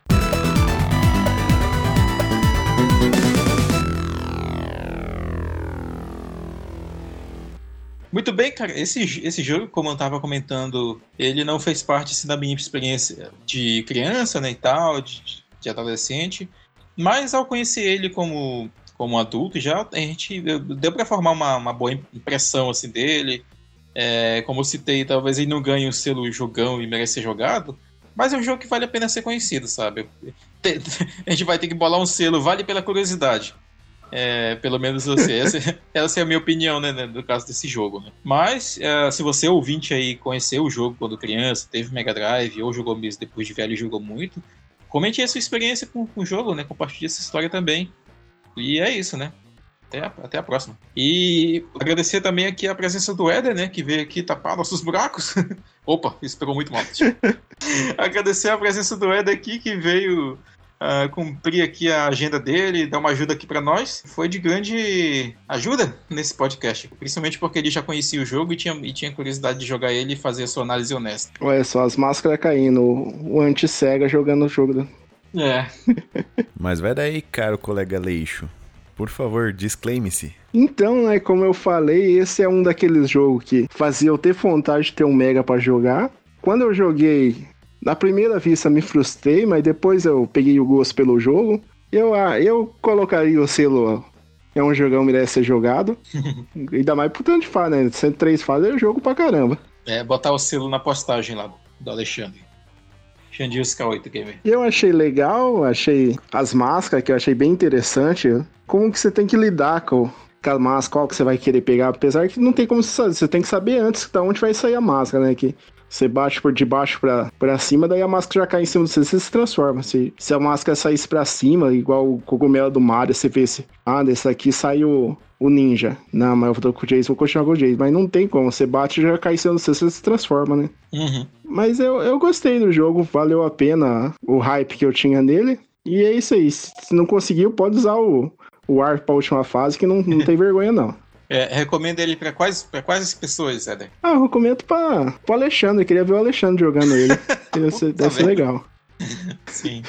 Muito bem, cara. Esse, esse jogo, como eu tava comentando, ele não fez parte assim, da minha experiência de criança, né, e tal, de, de adolescente. Mas ao conhecer ele como, como adulto, já a gente deu pra formar uma, uma boa impressão assim, dele. É, como eu citei, talvez ele não ganhe o selo jogão e merece ser jogado, mas é um jogo que vale a pena ser conhecido, sabe? A gente vai ter que bolar um selo, vale pela curiosidade. É, pelo menos assim, essa, essa é a minha opinião, né, no caso desse jogo, né? Mas é, se você ouvinte aí conheceu o jogo quando criança, teve Mega Drive ou jogou mesmo depois de velho e jogou muito, comente a sua experiência com, com o jogo, né? Compartilhe essa história também. E é isso, né? Até a, até a próxima. E agradecer também aqui a presença do Éder, né? Que veio aqui tapar nossos buracos. Opa, isso pegou muito mal. Agradecer a presença do Éder aqui, que veio Uh, cumprir aqui a agenda dele, dar uma ajuda aqui pra nós. Foi de grande ajuda nesse podcast, principalmente porque ele já conhecia o jogo e tinha, e tinha curiosidade de jogar ele e fazer a sua análise honesta. Olha só, as máscaras caindo, o anti-cega jogando o jogo. É. Mas vai daí, caro colega Leixo. Por favor, disclaime-se. Então, né, como eu falei, esse é um daqueles jogos que fazia eu ter vontade de ter um Mega pra jogar. Quando eu joguei, na primeira vista me frustrei, mas depois eu peguei o gosto pelo jogo. Eu, eu colocaria o selo, é um jogão, merece ser jogado. Ainda mais por tanto de fase, né? cento e três fases é jogo pra caramba. É, botar o selo na postagem lá do Alexandre. Xandinho K oito Gamer. Eu achei legal, achei as máscaras, que eu achei bem interessante. Como que você tem que lidar com, com a máscara, qual que você vai querer pegar. Apesar que não tem como você saber, você tem que saber antes de onde vai sair a máscara, né? Que você bate por de baixo pra, pra cima, daí a máscara já cai em cima de você, você se transforma. Se, se a máscara saísse pra cima, igual o cogumelo do Mario, você vê se, ah, desse aqui saiu o, o ninja. Não, mas eu tô com o Jason, vou continuar com o Jason. Mas não tem como, você bate e já cai em cima de você, você se transforma, né? Uhum. Mas eu, eu gostei do jogo, valeu a pena o hype que eu tinha nele. E é isso aí, se não conseguiu, pode usar o, o arco pra última fase, que não, não tem vergonha não. É, recomenda ele pra quais, pra quais pessoas, Éder? Ah, eu recomendo pra, pro Alexandre. Eu queria ver o Alexandre jogando ele. Deve ser, deve ser legal. Sim.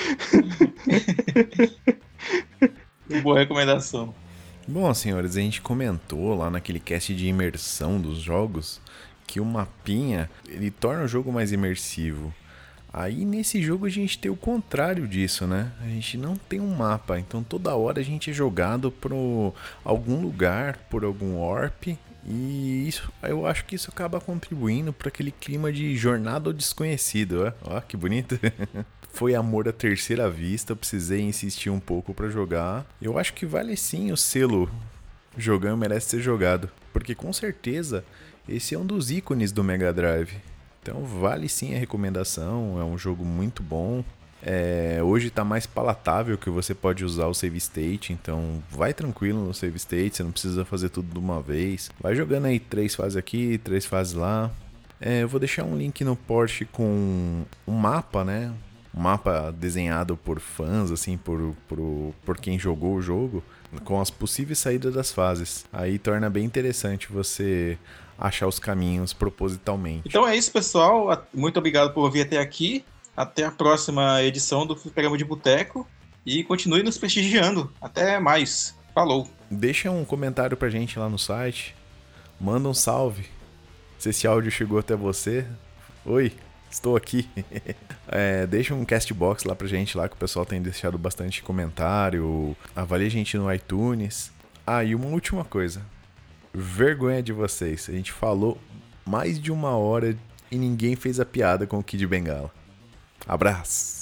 Boa recomendação. Bom, senhores, a gente comentou lá naquele cast de imersão dos jogos que o mapinha, ele torna o jogo mais imersivo. Aí nesse jogo a gente tem o contrário disso, né? A gente não tem um mapa, então toda hora a gente é jogado para algum lugar, por algum warp, e isso, eu acho que isso acaba contribuindo para aquele clima de jornada ao desconhecido, ó, ó que bonito. Foi amor à terceira vista, eu precisei insistir um pouco para jogar. Eu acho que vale sim o selo jogando merece ser jogado, porque com certeza esse é um dos ícones do Mega Drive. Então vale sim a recomendação, é um jogo muito bom. É, hoje está mais palatável que você pode usar o save state, então vai tranquilo no save state, você não precisa fazer tudo de uma vez. Vai jogando aí três fases aqui, três fases lá. É, eu vou deixar um link no post com um mapa, né? Um mapa desenhado por fãs, assim, por, por, por quem jogou o jogo, com as possíveis saídas das fases. Aí torna bem interessante você achar os caminhos propositalmente. Então é isso, pessoal. Muito obrigado por vir até aqui. Até a próxima edição do Fliperama de Boteco. E continue nos prestigiando. Até mais. Falou. Deixa um comentário pra gente lá no site. Manda um salve. Se esse áudio chegou até você. Oi, estou aqui. É, deixa um castbox lá pra gente, lá que o pessoal tem deixado bastante comentário. Avalie a gente no iTunes. Ah, e uma última coisa. Vergonha de vocês. A gente falou mais de uma hora e ninguém fez a piada com o Kid Bengala. Abraço.